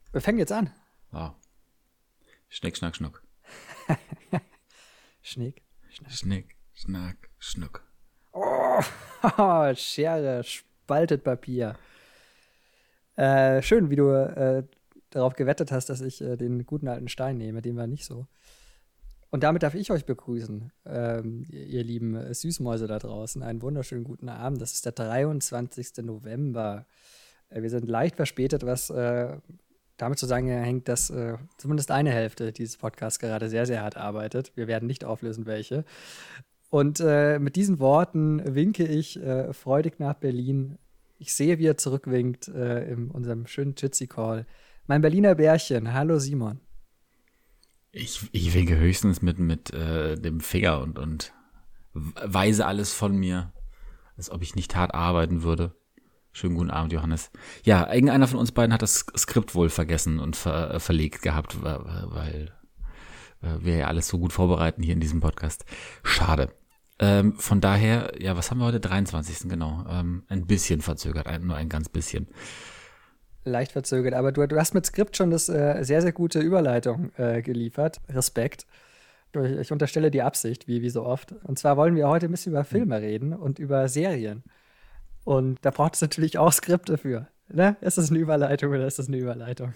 Wir fangen jetzt an. Wow. Schnick, schnack, schnuck. Schnick, schnack. Schnick, schnack, schnuck. Oh, Schere spaltet Papier. Schön, wie du darauf gewettet hast, dass ich den guten alten Stein nehme. Dem war nicht so. Und damit darf ich euch begrüßen, ihr lieben Süßmäuse da draußen. Einen wunderschönen guten Abend. Das ist der 23. November. Wir sind leicht verspätet, was damit zusammenhängt, dass zumindest eine Hälfte dieses Podcasts gerade sehr, sehr hart arbeitet. Wir werden nicht auflösen, welche. Und mit diesen Worten winke ich freudig nach Berlin. Ich sehe, wie er zurückwinkt in unserem schönen Jitsi-Call. Mein Berliner Bärchen. Hallo Simon. Ich winke höchstens mit dem Finger und weise alles von mir, als ob ich nicht hart arbeiten würde. Schönen guten Abend, Johannes. Ja, irgendeiner von uns beiden hat das Skript wohl vergessen und verlegt gehabt, weil wir ja alles so gut vorbereiten hier in diesem Podcast. Schade. Von daher, ja, was haben wir heute? 23. Genau. Ein bisschen verzögert, nur ein ganz bisschen. Leicht verzögert, aber du hast mit Skript schon das sehr, sehr gute Überleitung geliefert. Respekt. Ich unterstelle die Absicht, wie so oft. Und zwar wollen wir heute ein bisschen über Filme reden und über Serien. Und da braucht es natürlich auch Skripte für. Ne? Ist das eine Überleitung oder ist das eine Überleitung?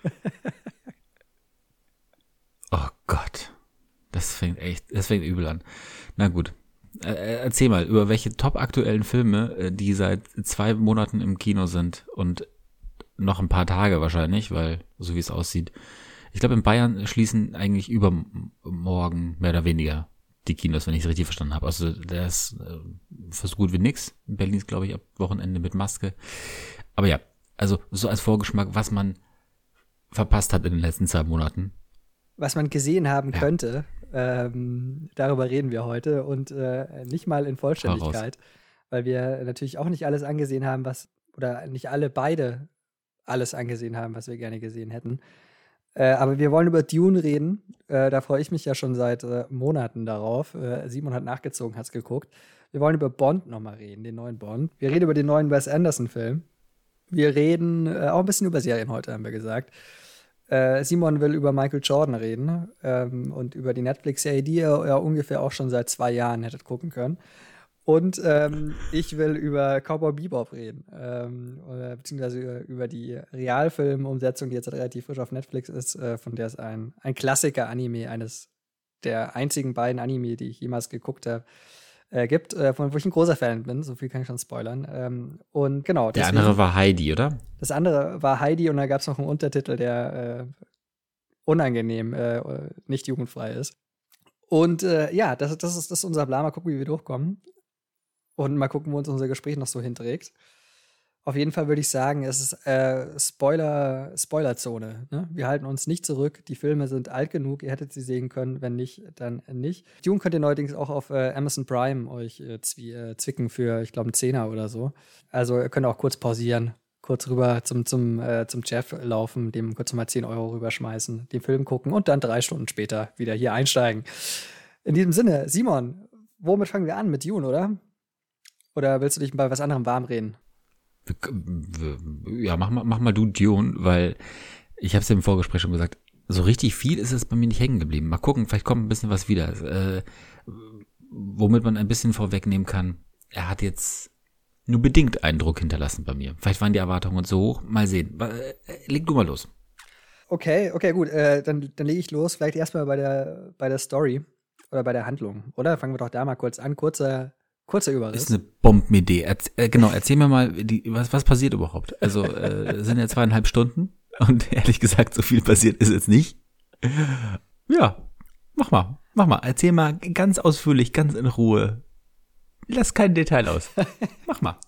Oh Gott. Das fängt übel an. Na gut. Erzähl mal, über welche top aktuellen Filme, die seit 2 Monaten im Kino sind und noch ein paar Tage wahrscheinlich, weil so wie es aussieht. Ich glaube, in Bayern schließen eigentlich übermorgen mehr oder weniger die Kinos, wenn ich es richtig verstanden habe. Also der ist für so gut wie nix. In Berlin ist, glaube ich, ab Wochenende mit Maske. Aber ja, also so als Vorgeschmack, was man verpasst hat in den letzten 2 Monaten. Was man gesehen haben könnte, darüber reden wir heute und nicht mal in Vollständigkeit, weil wir natürlich auch nicht alles angesehen haben, oder nicht alle beide alles angesehen haben, was wir gerne gesehen hätten. Aber wir wollen über Dune reden. Da freue ich mich ja schon seit Monaten darauf. Simon hat nachgezogen, hat's geguckt. Wir wollen über Bond nochmal reden, den neuen Bond. Wir reden über den neuen Wes Anderson-Film. Wir reden auch ein bisschen über Serien heute, haben wir gesagt. Simon will über Michael Jordan reden und über die Netflix-Serie, die ihr ja ungefähr auch schon seit 2 Jahren hättet gucken können. Und ich will über Cowboy Bebop reden, beziehungsweise über die Realfilmumsetzung, die jetzt relativ frisch auf Netflix ist, von der es ein Klassiker-Anime, eines der einzigen beiden Anime, die ich jemals geguckt habe, gibt, wo ich ein großer Fan bin. So viel kann ich schon spoilern. Und genau. Der andere war Heidi, oder? Das andere war Heidi und da gab es noch einen Untertitel, der unangenehm nicht jugendfrei ist. Und ja, das ist unser Plan. Mal gucken, wie wir durchkommen. Und mal gucken, wo uns unser Gespräch noch so hinträgt. Auf jeden Fall würde ich sagen, es ist Spoilerzone. Ne? Wir halten uns nicht zurück. Die Filme sind alt genug. Ihr hättet sie sehen können. Wenn nicht, dann nicht. Dune könnt ihr neuerdings auch auf Amazon Prime euch zwicken für, ich glaube, einen Zehner oder so. Also ihr könnt auch kurz pausieren, kurz rüber zum Jeff laufen, dem kurz mal 10 Euro rüberschmeißen, den Film gucken und dann 3 Stunden später wieder hier einsteigen. In diesem Sinne, Simon, womit fangen wir an? Mit Dune, oder? Oder willst du dich bei was anderem warm reden? Ja, mach mal du Dune, weil ich habe es ja im Vorgespräch schon gesagt, so richtig viel ist es bei mir nicht hängen geblieben. Mal gucken, vielleicht kommt ein bisschen was wieder. Womit man ein bisschen vorwegnehmen kann, er hat jetzt nur bedingt Eindruck hinterlassen bei mir. Vielleicht waren die Erwartungen so hoch. Mal sehen. Leg du mal los. Okay, gut. Dann lege ich los. Vielleicht erstmal bei der Story oder bei der Handlung, oder? Fangen wir doch da mal kurz an. Kurzer Überriss. Ist eine Bombenidee. Genau, erzähl mir mal, was passiert überhaupt? Also, sind ja 2,5 Stunden und ehrlich gesagt, so viel passiert ist jetzt nicht. Ja, mach mal. Erzähl mal ganz ausführlich, ganz in Ruhe. Lass kein Detail aus. Mach mal.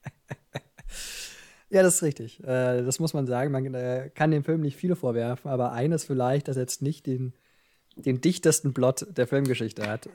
Ja, das ist richtig. Das muss man sagen. Man kann dem Film nicht viele vorwerfen, aber eines vielleicht, dass er jetzt nicht den dichtesten Plot der Filmgeschichte hat.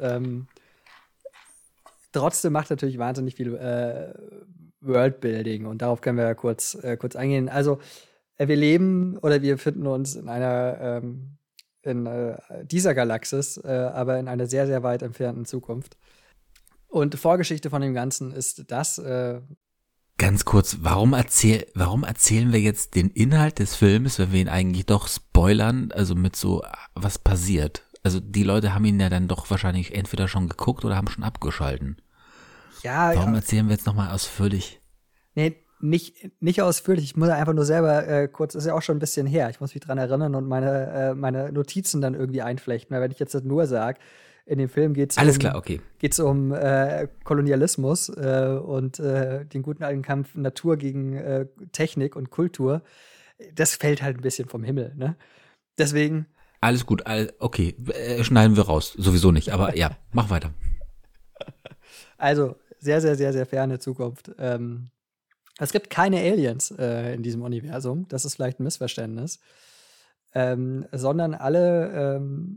Trotzdem macht natürlich wahnsinnig viel Worldbuilding und darauf können wir ja kurz eingehen. Also wir befinden uns in einer in dieser Galaxis, aber in einer sehr, sehr weit entfernten Zukunft. Und Vorgeschichte von dem Ganzen ist das, Ganz kurz, warum erzählen wir jetzt den Inhalt des Films, wenn wir ihn eigentlich doch spoilern, also mit so, was passiert? Also die Leute haben ihn ja dann doch wahrscheinlich entweder schon geguckt oder haben schon abgeschalten. Ja, Warum erzählen wir jetzt nochmal ausführlich? Nee, nicht ausführlich. Ich muss einfach nur selber kurz, ist ja auch schon ein bisschen her. Ich muss mich dran erinnern und meine Notizen dann irgendwie einflechten. Weil wenn ich jetzt das nur sage, in dem Film geht's um Kolonialismus und den guten alten Kampf Natur gegen Technik und Kultur. Das fällt halt ein bisschen vom Himmel, ne? Deswegen. Alles gut, okay, schneiden wir raus. Sowieso nicht, aber ja, mach weiter. Also, sehr, sehr, sehr, sehr ferne Zukunft. Es gibt keine Aliens in diesem Universum. Das ist vielleicht ein Missverständnis. Sondern alle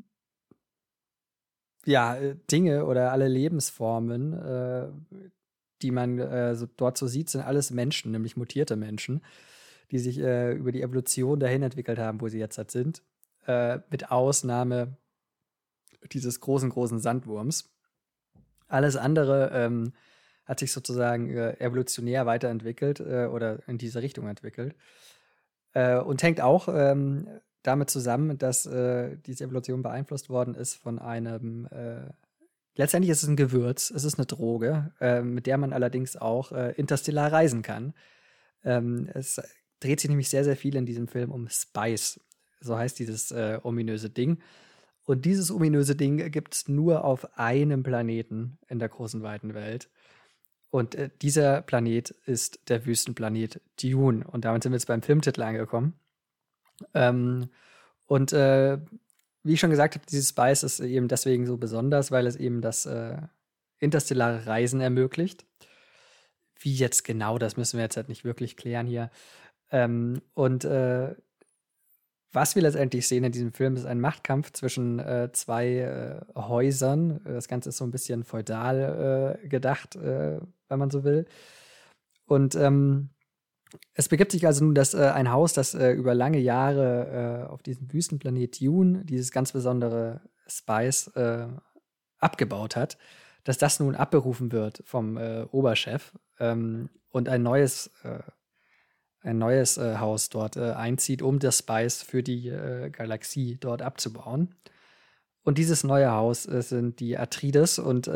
Dinge oder alle Lebensformen, die man dort so sieht, sind alles Menschen, nämlich mutierte Menschen, die sich über die Evolution dahin entwickelt haben, wo sie jetzt halt sind. Mit Ausnahme dieses großen Sandwurms. Alles andere hat sich sozusagen evolutionär weiterentwickelt oder in diese Richtung entwickelt. Und hängt auch damit zusammen, dass diese Evolution beeinflusst worden ist von einem letztendlich ist es ein Gewürz, es ist eine Droge, mit der man allerdings auch interstellar reisen kann. Es dreht sich nämlich sehr, sehr viel in diesem Film um Spice. So heißt dieses ominöse Ding. Und dieses ominöse Ding gibt es nur auf einem Planeten in der großen, weiten Welt. Und dieser Planet ist der Wüstenplanet Dune. Und damit sind wir jetzt beim Filmtitel angekommen. Wie ich schon gesagt habe, dieses Spice ist eben deswegen so besonders, weil es eben das interstellare Reisen ermöglicht. Wie jetzt genau, das müssen wir jetzt halt nicht wirklich klären hier. Was wir letztendlich sehen in diesem Film, ist ein Machtkampf zwischen zwei Häusern. Das Ganze ist so ein bisschen feudal gedacht, wenn man so will. Und es begibt sich also nun, dass ein Haus, das über lange Jahre auf diesem Wüstenplanet Dune dieses ganz besondere Spice abgebaut hat, dass das nun abberufen wird vom Oberchef und ein neues Haus dort einzieht, um das Spice für die Galaxie dort abzubauen. Und dieses neue Haus sind die Atreides. Und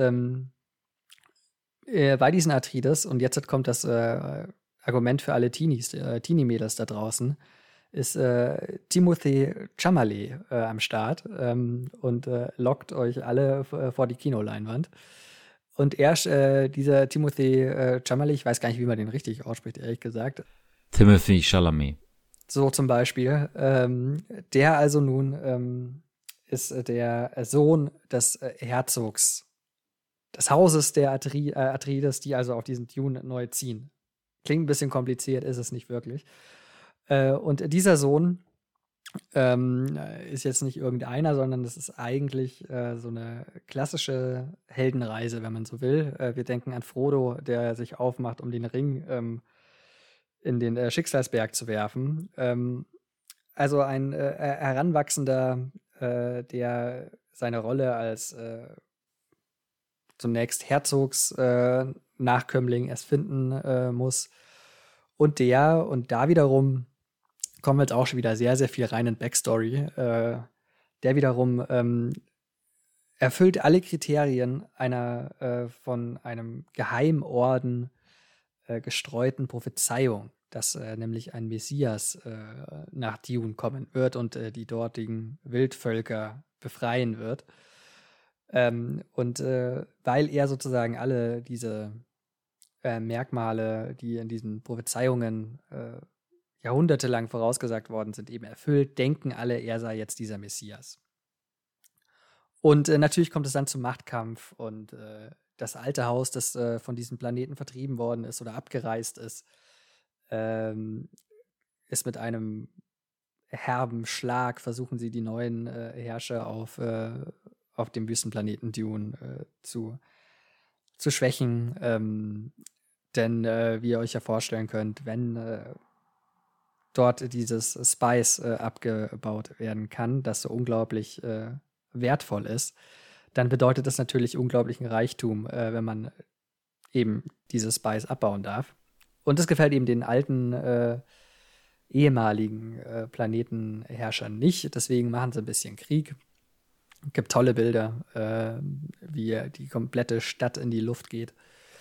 bei diesen Atreides, und jetzt kommt das Argument für alle Teenie-Mädels da draußen, ist Timothée Chalamet am Start und lockt euch alle vor die Kinoleinwand. Und dieser Timothée Chalamet, ich weiß gar nicht, wie man den richtig ausspricht, ehrlich gesagt. Timothée Chalamet. So zum Beispiel. Der also nun ist der Sohn des Herzogs des Hauses der Atreides, die also auf diesen Dune neu ziehen. Klingt ein bisschen kompliziert, ist es nicht wirklich. Und dieser Sohn ist jetzt nicht irgendeiner, sondern das ist eigentlich so eine klassische Heldenreise, wenn man so will. Wir denken an Frodo, der sich aufmacht, um den Ring in den Schicksalsberg zu werfen. Also ein Heranwachsender, der seine Rolle als zunächst Herzogs-Nachkömmling erst finden muss. Und da wiederum kommen jetzt auch schon wieder sehr, sehr viel rein in Backstory. Der wiederum erfüllt alle Kriterien einer von einem Geheimorden gestreuten Prophezeiung, dass nämlich ein Messias nach Dune kommen wird und die dortigen Wildvölker befreien wird. Weil er sozusagen alle diese Merkmale, die in diesen Prophezeiungen jahrhundertelang vorausgesagt worden sind, eben erfüllt, denken alle, er sei jetzt dieser Messias. Und natürlich kommt es dann zum Machtkampf und das alte Haus, das von diesem Planeten vertrieben worden ist oder abgereist ist, ist mit einem herben Schlag, versuchen sie die neuen Herrscher auf dem Wüstenplaneten Dune zu schwächen. Denn wie ihr euch ja vorstellen könnt, wenn dort dieses Spice abgebaut werden kann, das so unglaublich wertvoll ist, dann bedeutet das natürlich unglaublichen Reichtum, wenn man eben dieses Spice abbauen darf. Und das gefällt eben den alten ehemaligen Planetenherrschern nicht. Deswegen machen sie ein bisschen Krieg. Es gibt tolle Bilder, wie die komplette Stadt in die Luft geht.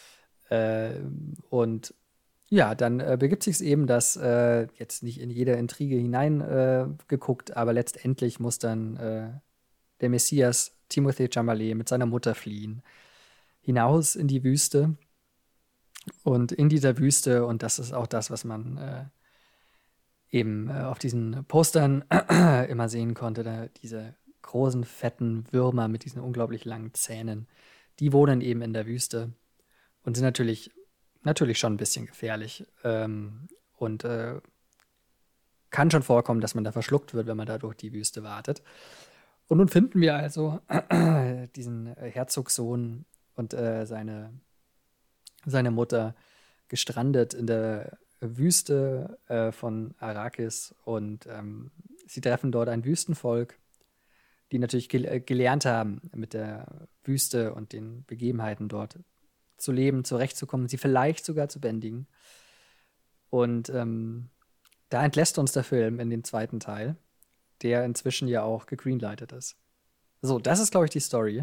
Und ja, dann begibt sich es eben, dass jetzt nicht in jede Intrige hineingeguckt, aber letztendlich muss dann der Messias Timothée Chalamet mit seiner Mutter fliehen, hinaus in die Wüste. Und in dieser Wüste, und das ist auch das, was man eben auf diesen Postern immer sehen konnte, da diese großen, fetten Würmer mit diesen unglaublich langen Zähnen, die wohnen eben in der Wüste und sind natürlich schon ein bisschen gefährlich und kann schon vorkommen, dass man da verschluckt wird, wenn man da durch die Wüste wartet. Und nun finden wir also diesen Herzogssohn und seine Mutter gestrandet in der Wüste von Arrakis und sie treffen dort ein Wüstenvolk, die natürlich gelernt haben, mit der Wüste und den Begebenheiten dort zu leben, zurechtzukommen, sie vielleicht sogar zu bändigen. Und da entlässt uns der Film in den zweiten Teil, der inzwischen ja auch gegreenlightet ist. So, das ist, glaube ich, die Story.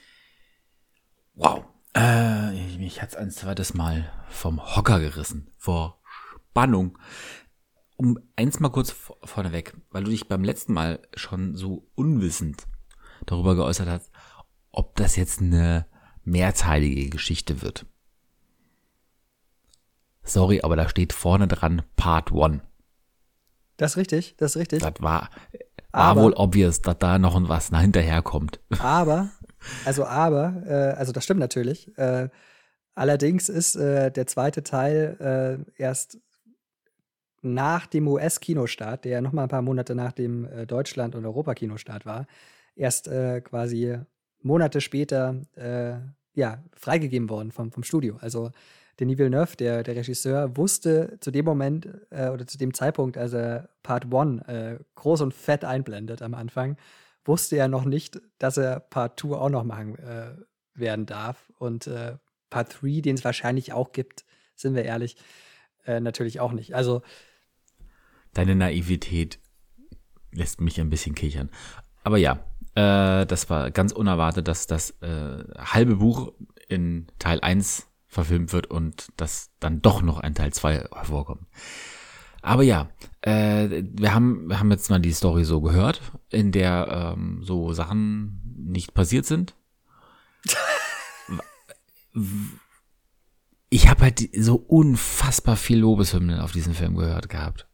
Wow. Mich hat es ein zweites Mal vom Hocker gerissen, vor Spannung. Um eins mal kurz vorneweg, weil du dich beim letzten Mal schon so unwissend darüber geäußert hast, ob das jetzt eine mehrteilige Geschichte wird. Sorry, aber da steht vorne dran Part 1. Das ist richtig. Das war wohl obvious, dass da noch was hinterherkommt. Aber, das stimmt natürlich. Allerdings ist der zweite Teil erst nach dem US-Kinostart, der noch mal ein paar Monate nach dem Deutschland- und Europa-Kinostart war, erst quasi Monate später freigegeben worden vom Studio. Also Denis Villeneuve, der Regisseur, wusste zu dem Moment oder zu dem Zeitpunkt, als er Part 1 groß und fett einblendet am Anfang, wusste er noch nicht, dass er Part 2 auch noch machen werden darf. Und Part 3, den es wahrscheinlich auch gibt, sind wir ehrlich, natürlich auch nicht. Also deine Naivität lässt mich ein bisschen kichern. Aber ja, das war ganz unerwartet, dass das halbe Buch in Teil 1 verfilmt wird und dass dann doch noch ein Teil 2 hervorkommt. Aber ja, wir haben jetzt mal die Story so gehört, in der so Sachen nicht passiert sind. Ich habe halt so unfassbar viel Lobeshymnen auf diesen Film gehört gehabt.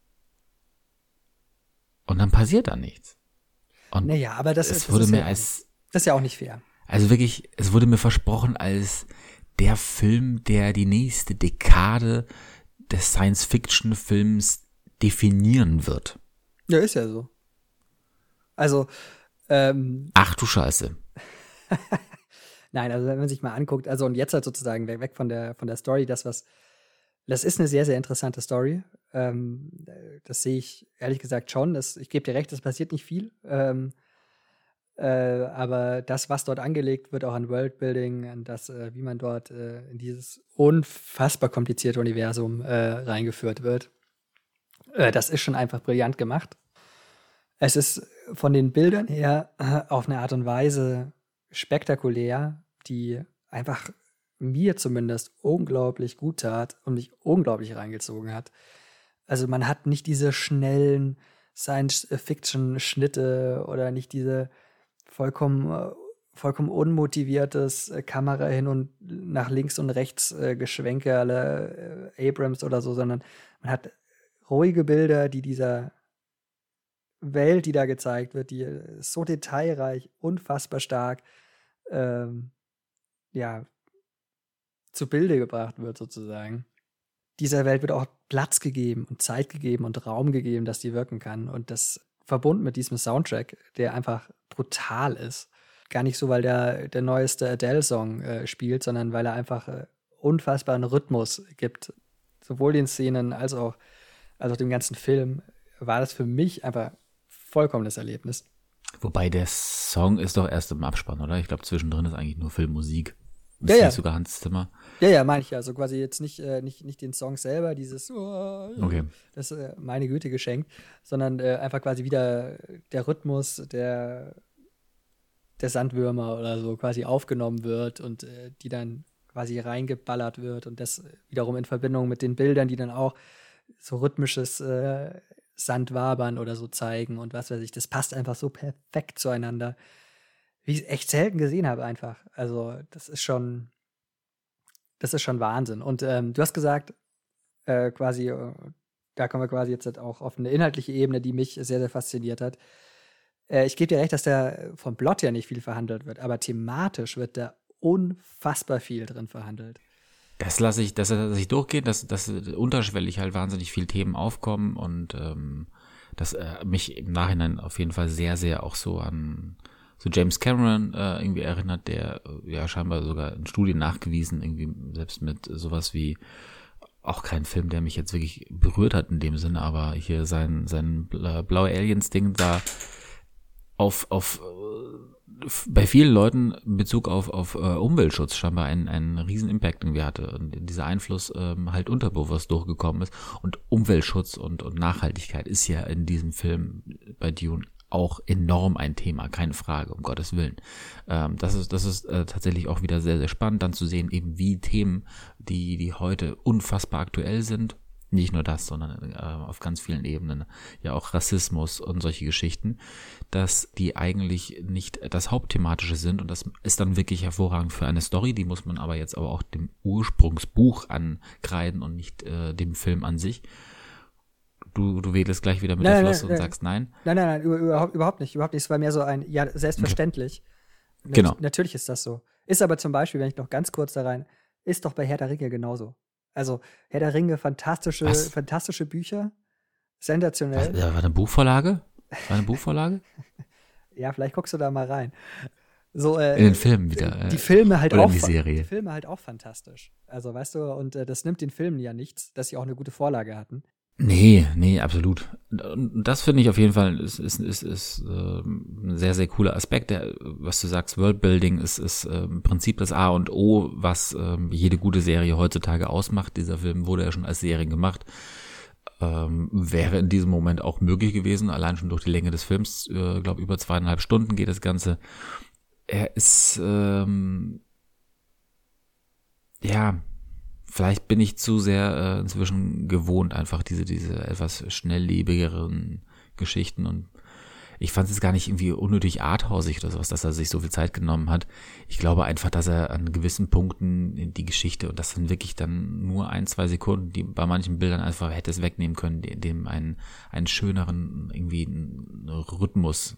Und dann passiert da nichts. Und naja, aber das ist ja auch nicht fair. Also wirklich, es wurde mir versprochen als der Film, der die nächste Dekade des Science-Fiction-Films definieren wird. Ja, ist ja so. Also, ach du Scheiße. Nein, also wenn man sich mal anguckt, also und jetzt halt sozusagen weg von der Story, das ist eine sehr, sehr interessante Story. Das sehe ich ehrlich gesagt schon. Ich gebe dir recht, es passiert nicht viel. Aber das, was dort angelegt wird, auch an Worldbuilding, an das, wie man dort in dieses unfassbar komplizierte Universum reingeführt wird, das ist schon einfach brillant gemacht. Es ist von den Bildern her auf eine Art und Weise spektakulär, die einfach mir zumindest unglaublich gut tat und mich unglaublich reingezogen hat. Also man hat nicht diese schnellen Science-Fiction-Schnitte oder nicht diese vollkommen unmotiviertes Kamera hin und nach links und rechts Geschwenke à la Abrams oder so, sondern man hat ruhige Bilder, die dieser Welt, die da gezeigt wird, die ist so detailreich, unfassbar stark, zu Bilde gebracht wird sozusagen. Dieser Welt wird auch Platz gegeben und Zeit gegeben und Raum gegeben, dass die wirken kann. Und das verbunden mit diesem Soundtrack, der einfach brutal ist. Gar nicht so, weil der neueste Adele-Song spielt, sondern weil er einfach unfassbaren Rhythmus gibt. Sowohl den Szenen als auch dem ganzen Film war das für mich einfach vollkommenes Erlebnis. Wobei der Song ist doch erst im Abspann, oder? Ich glaube, zwischendrin ist eigentlich nur Filmmusik. Ist nicht sogar Hans Zimmer? Ja, meine ich ja. Also quasi jetzt nicht den Song selber, dieses Okay. Das meine Güte geschenkt, sondern einfach quasi wieder der Rhythmus der Sandwürmer oder so quasi aufgenommen wird und die dann quasi reingeballert wird und das wiederum in Verbindung mit den Bildern, die dann auch so rhythmisches Sandwabern oder so zeigen und was weiß ich. Das passt einfach so perfekt zueinander, wie ich es echt selten gesehen habe einfach. Also das ist schon Wahnsinn. Und du hast gesagt, quasi, da kommen wir quasi jetzt halt auch auf eine inhaltliche Ebene, die mich sehr, sehr fasziniert hat. Ich gebe dir recht, dass da vom Plot ja nicht viel verhandelt wird, aber thematisch wird da unfassbar viel drin verhandelt. Das lasse ich durchgehen, dass unterschwellig halt wahnsinnig viele Themen aufkommen und das mich im Nachhinein auf jeden Fall sehr, sehr auch so an so James Cameron irgendwie erinnert, der ja scheinbar sogar in Studien nachgewiesen, irgendwie selbst mit sowas wie auch kein Film, der mich jetzt wirklich berührt hat in dem Sinne, aber hier sein blaue Aliens-Ding da bei vielen Leuten in Bezug auf Umweltschutz scheinbar einen riesen Impact irgendwie hatte und dieser Einfluss halt unterbewusst durchgekommen ist und Umweltschutz und Nachhaltigkeit ist ja in diesem Film bei Dune auch enorm ein Thema, keine Frage, um Gottes Willen. Das ist tatsächlich auch wieder sehr, sehr spannend, dann zu sehen, eben wie Themen, die heute unfassbar aktuell sind, nicht nur das, sondern auf ganz vielen Ebenen, ja auch Rassismus und solche Geschichten, dass die eigentlich nicht das Hauptthematische sind und das ist dann wirklich hervorragend für eine Story, die muss man aber jetzt aber auch dem Ursprungsbuch ankreiden und nicht dem Film an sich. Du wedelst gleich wieder mit der Flosse und sagst nein? Nein, überhaupt nicht. Es war mehr so ein, ja, selbstverständlich. Okay. Genau. Natürlich ist das so. Ist aber zum Beispiel, wenn ich noch ganz kurz da rein, ist doch bei Herr der Ringe genauso. Also Herr der Ringe, fantastische Bücher, sensationell. War eine Buchvorlage? Ja, vielleicht guckst du da mal rein. So, in den Filmen wieder. Die Filme halt oder auch. In die Serie. Die Filme halt auch fantastisch. Also, weißt du, und das nimmt den Filmen ja nichts, dass sie auch eine gute Vorlage hatten. Nee, absolut. Und das finde ich auf jeden Fall ist ein sehr, sehr cooler Aspekt. Was du sagst, Worldbuilding ist im Prinzip das A und O, was jede gute Serie heutzutage ausmacht. Dieser Film wurde ja schon als Serie gemacht. Wäre in diesem Moment auch möglich gewesen, allein schon durch die Länge des Films. Glaube über 2,5 Stunden geht das Ganze. Er ist vielleicht bin ich zu sehr inzwischen gewohnt, einfach diese etwas schnelllebigeren Geschichten und ich fand es gar nicht irgendwie unnötig arthausig oder sowas, dass er sich so viel Zeit genommen hat. Ich glaube einfach, dass er an gewissen Punkten die Geschichte und das sind wirklich dann nur 1-2 Sekunden, die bei manchen Bildern einfach hätte es wegnehmen können, dem einen schöneren irgendwie einen Rhythmus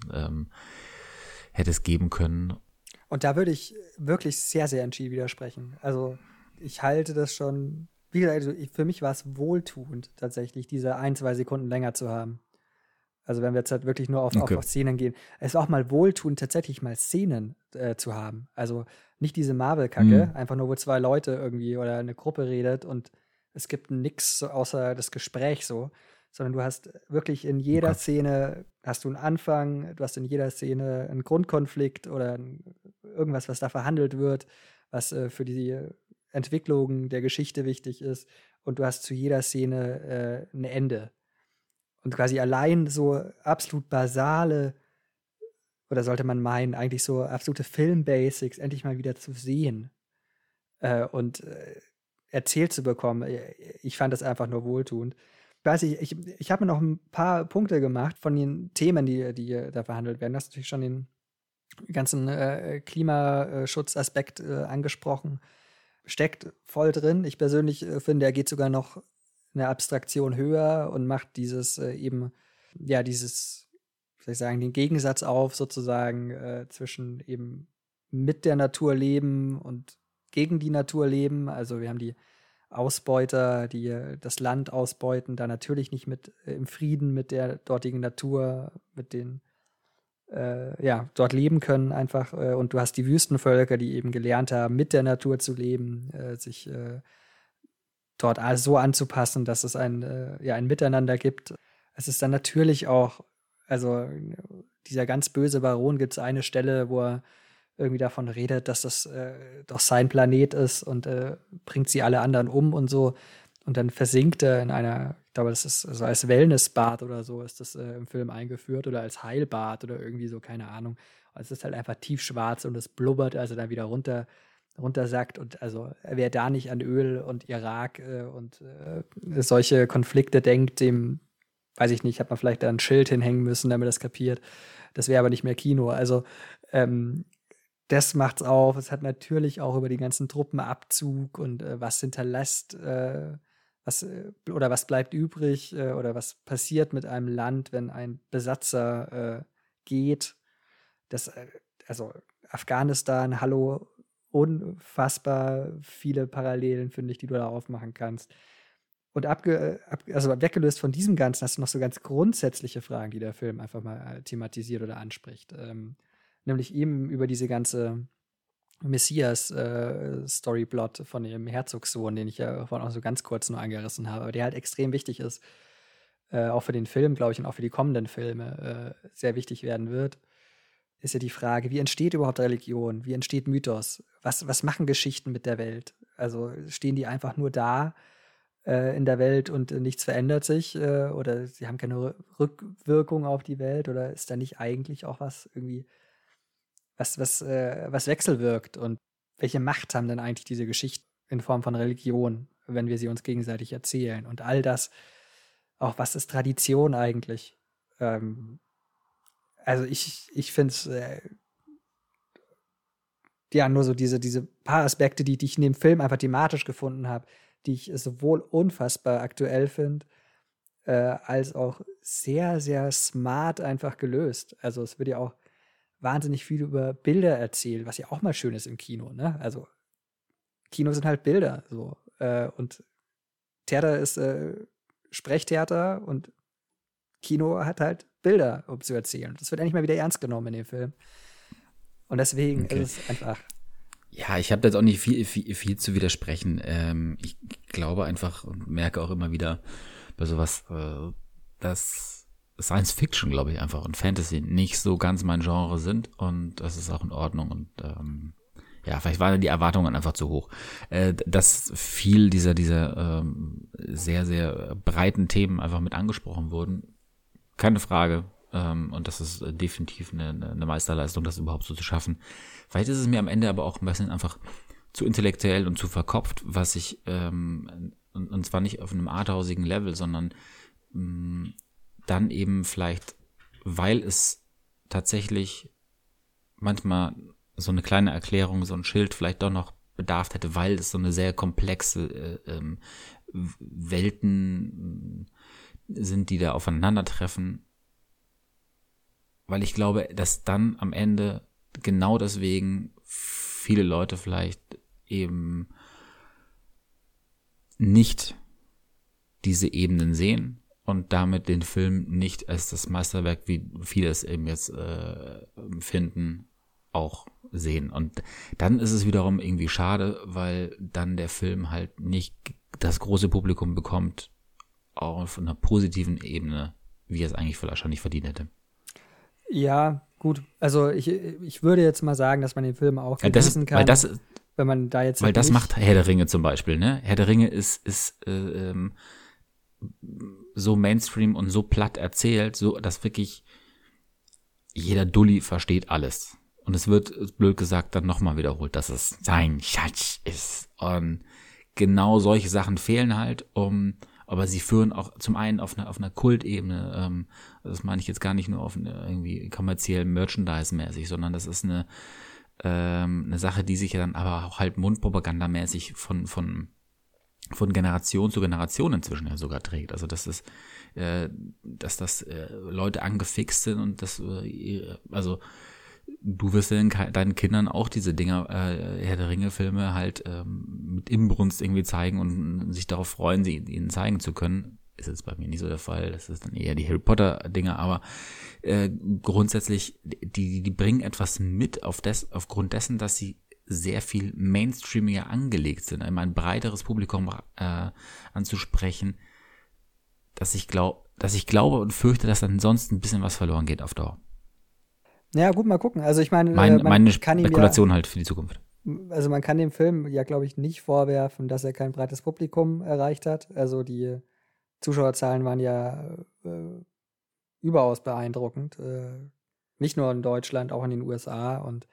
hätte es geben können. Und da würde ich wirklich sehr, sehr entschieden widersprechen. Also ich halte das schon, wie gesagt, für mich war es wohltuend, tatsächlich diese 1-2 Sekunden länger zu haben. Also wenn wir jetzt halt wirklich nur auf Szenen gehen. Es war auch mal wohltuend, tatsächlich mal Szenen zu haben. Also nicht diese Marvel-Kacke, einfach nur, wo 2 Leute irgendwie oder eine Gruppe redet und es gibt nichts außer das Gespräch so. Sondern du hast wirklich in jeder Szene, hast du einen Anfang, du hast in jeder Szene einen Grundkonflikt oder irgendwas, was da verhandelt wird, was für die Entwicklung der Geschichte wichtig ist und du hast zu jeder Szene ein Ende. Und quasi allein so absolut basale, oder sollte man meinen, eigentlich so absolute Film-Basics endlich mal wieder zu sehen und erzählt zu bekommen. Ich fand das einfach nur wohltuend. Ich habe mir noch ein paar Punkte gemacht von den Themen, die da verhandelt werden. Du hast natürlich schon den ganzen Klimaschutzaspekt angesprochen. Steckt voll drin. Ich persönlich finde, er geht sogar noch eine Abstraktion höher und macht dieses wie soll ich sagen, den Gegensatz auf sozusagen zwischen eben mit der Natur leben und gegen die Natur leben. Also wir haben die Ausbeuter, die das Land ausbeuten, da natürlich nicht mit im Frieden mit der dortigen Natur, mit den dort leben können einfach. Und du hast die Wüstenvölker, die eben gelernt haben, mit der Natur zu leben, sich dort so anzupassen, dass es ein Miteinander gibt. Es ist dann natürlich auch, also dieser ganz böse Baron, gibt es eine Stelle, wo er irgendwie davon redet, dass das doch sein Planet ist und bringt sie alle anderen um und so. Und dann versinkt er in einer, ich glaube, das ist so als Wellnessbad oder so, ist das im Film eingeführt oder als Heilbad oder irgendwie so, keine Ahnung. Es ist halt einfach tiefschwarz und es blubbert, also dann wieder runtersackt und also wer da nicht an Öl und Irak und solche Konflikte denkt, dem, weiß ich nicht, hat man vielleicht da ein Schild hinhängen müssen, damit das kapiert. Das wäre aber nicht mehr Kino. Also das macht's auf. Es hat natürlich auch über den ganzen Truppenabzug und was hinterlässt, oder was bleibt übrig oder was passiert mit einem Land, wenn ein Besatzer geht. Also Afghanistan, hallo, unfassbar viele Parallelen, finde ich, die du da aufmachen kannst. Und also weggelöst von diesem Ganzen hast du noch so ganz grundsätzliche Fragen, die der Film einfach mal thematisiert oder anspricht. Nämlich eben über diese ganze Messias-Storyplot von dem Herzogssohn, den ich ja vorhin auch so ganz kurz nur angerissen habe, aber der halt extrem wichtig ist, auch für den Film, glaube ich, und auch für die kommenden Filme sehr wichtig werden wird, ist ja die Frage, wie entsteht überhaupt Religion? Wie entsteht Mythos? Was machen Geschichten mit der Welt? Also stehen die einfach nur da in der Welt und nichts verändert sich oder sie haben keine Rückwirkung auf die Welt oder ist da nicht eigentlich auch was irgendwie was wechselwirkt und welche Macht haben denn eigentlich diese Geschichten in Form von Religion, wenn wir sie uns gegenseitig erzählen und all das, auch was ist Tradition eigentlich? Also ich finde es ja nur so diese paar Aspekte, die ich in dem Film einfach thematisch gefunden habe, die ich sowohl unfassbar aktuell finde, als auch sehr, sehr smart einfach gelöst. Also es wird ja auch wahnsinnig viel über Bilder erzählt, was ja auch mal schön ist im Kino, ne? Also Kino sind halt Bilder, so. Und Theater ist Sprechtheater und Kino hat halt Bilder, um zu erzählen. Das wird endlich mal wieder ernst genommen in dem Film. Und deswegen ist es einfach. Ja, ich habe jetzt auch nicht viel zu widersprechen. Ich glaube einfach und merke auch immer wieder bei sowas, dass Science Fiction, glaube ich, einfach und Fantasy nicht so ganz mein Genre sind und das ist auch in Ordnung und ja, vielleicht waren die Erwartungen einfach zu hoch. Dass viel dieser sehr, sehr breiten Themen einfach mit angesprochen wurden, keine Frage. Und das ist definitiv eine Meisterleistung, das überhaupt so zu schaffen. Vielleicht ist es mir am Ende aber auch ein bisschen einfach zu intellektuell und zu verkopft, was ich, und zwar nicht auf einem arthausigen Level, sondern dann eben vielleicht, weil es tatsächlich manchmal so eine kleine Erklärung, so ein Schild vielleicht doch noch bedarf hätte, weil es so eine sehr komplexe Welten sind, die da aufeinandertreffen. Weil ich glaube, dass dann am Ende genau deswegen viele Leute vielleicht eben nicht diese Ebenen sehen und damit den Film nicht als das Meisterwerk, wie viele es eben jetzt finden, auch sehen. Und dann ist es wiederum irgendwie schade, weil dann der Film halt nicht das große Publikum bekommt, auch auf einer positiven Ebene, wie er es eigentlich wahrscheinlich verdient hätte. Ja, gut. Also ich würde jetzt mal sagen, dass man den Film auch genießen kann, wenn man da jetzt weil das macht Herr der Ringe zum Beispiel, ne? Herr der Ringe ist so Mainstream und so platt erzählt, so dass wirklich jeder Dulli versteht alles. Und es wird, blöd gesagt, dann nochmal wiederholt, dass es sein Schatz ist. Und genau solche Sachen fehlen halt, aber sie führen auch zum einen auf einer Kultebene, das meine ich jetzt gar nicht nur auf eine irgendwie kommerziell Merchandise-mäßig, sondern das ist eine Sache, die sich ja dann aber auch halt mundpropagandamäßig von Generation zu Generation inzwischen ja sogar trägt. Also dass das Leute angefixt sind und das also du wirst ja deinen Kindern auch diese Dinger, Herr der Ringe-Filme halt mit Inbrunst irgendwie zeigen und sich darauf freuen, sie ihnen zeigen zu können. Ist jetzt bei mir nicht so der Fall. Das ist dann eher die Harry Potter-Dinger, aber grundsätzlich, die bringen etwas mit aufgrund dessen, dass sie sehr viel mainstreamiger angelegt sind, ein breiteres Publikum anzusprechen, dass ich glaube und fürchte, dass dann sonst ein bisschen was verloren geht auf Dauer. Ja, gut, mal gucken. Also ich meine, meine Spekulation halt für die Zukunft. Also man kann dem Film ja, glaube ich, nicht vorwerfen, dass er kein breites Publikum erreicht hat. Also die Zuschauerzahlen waren ja überaus beeindruckend. Nicht nur in Deutschland, auch in den USA und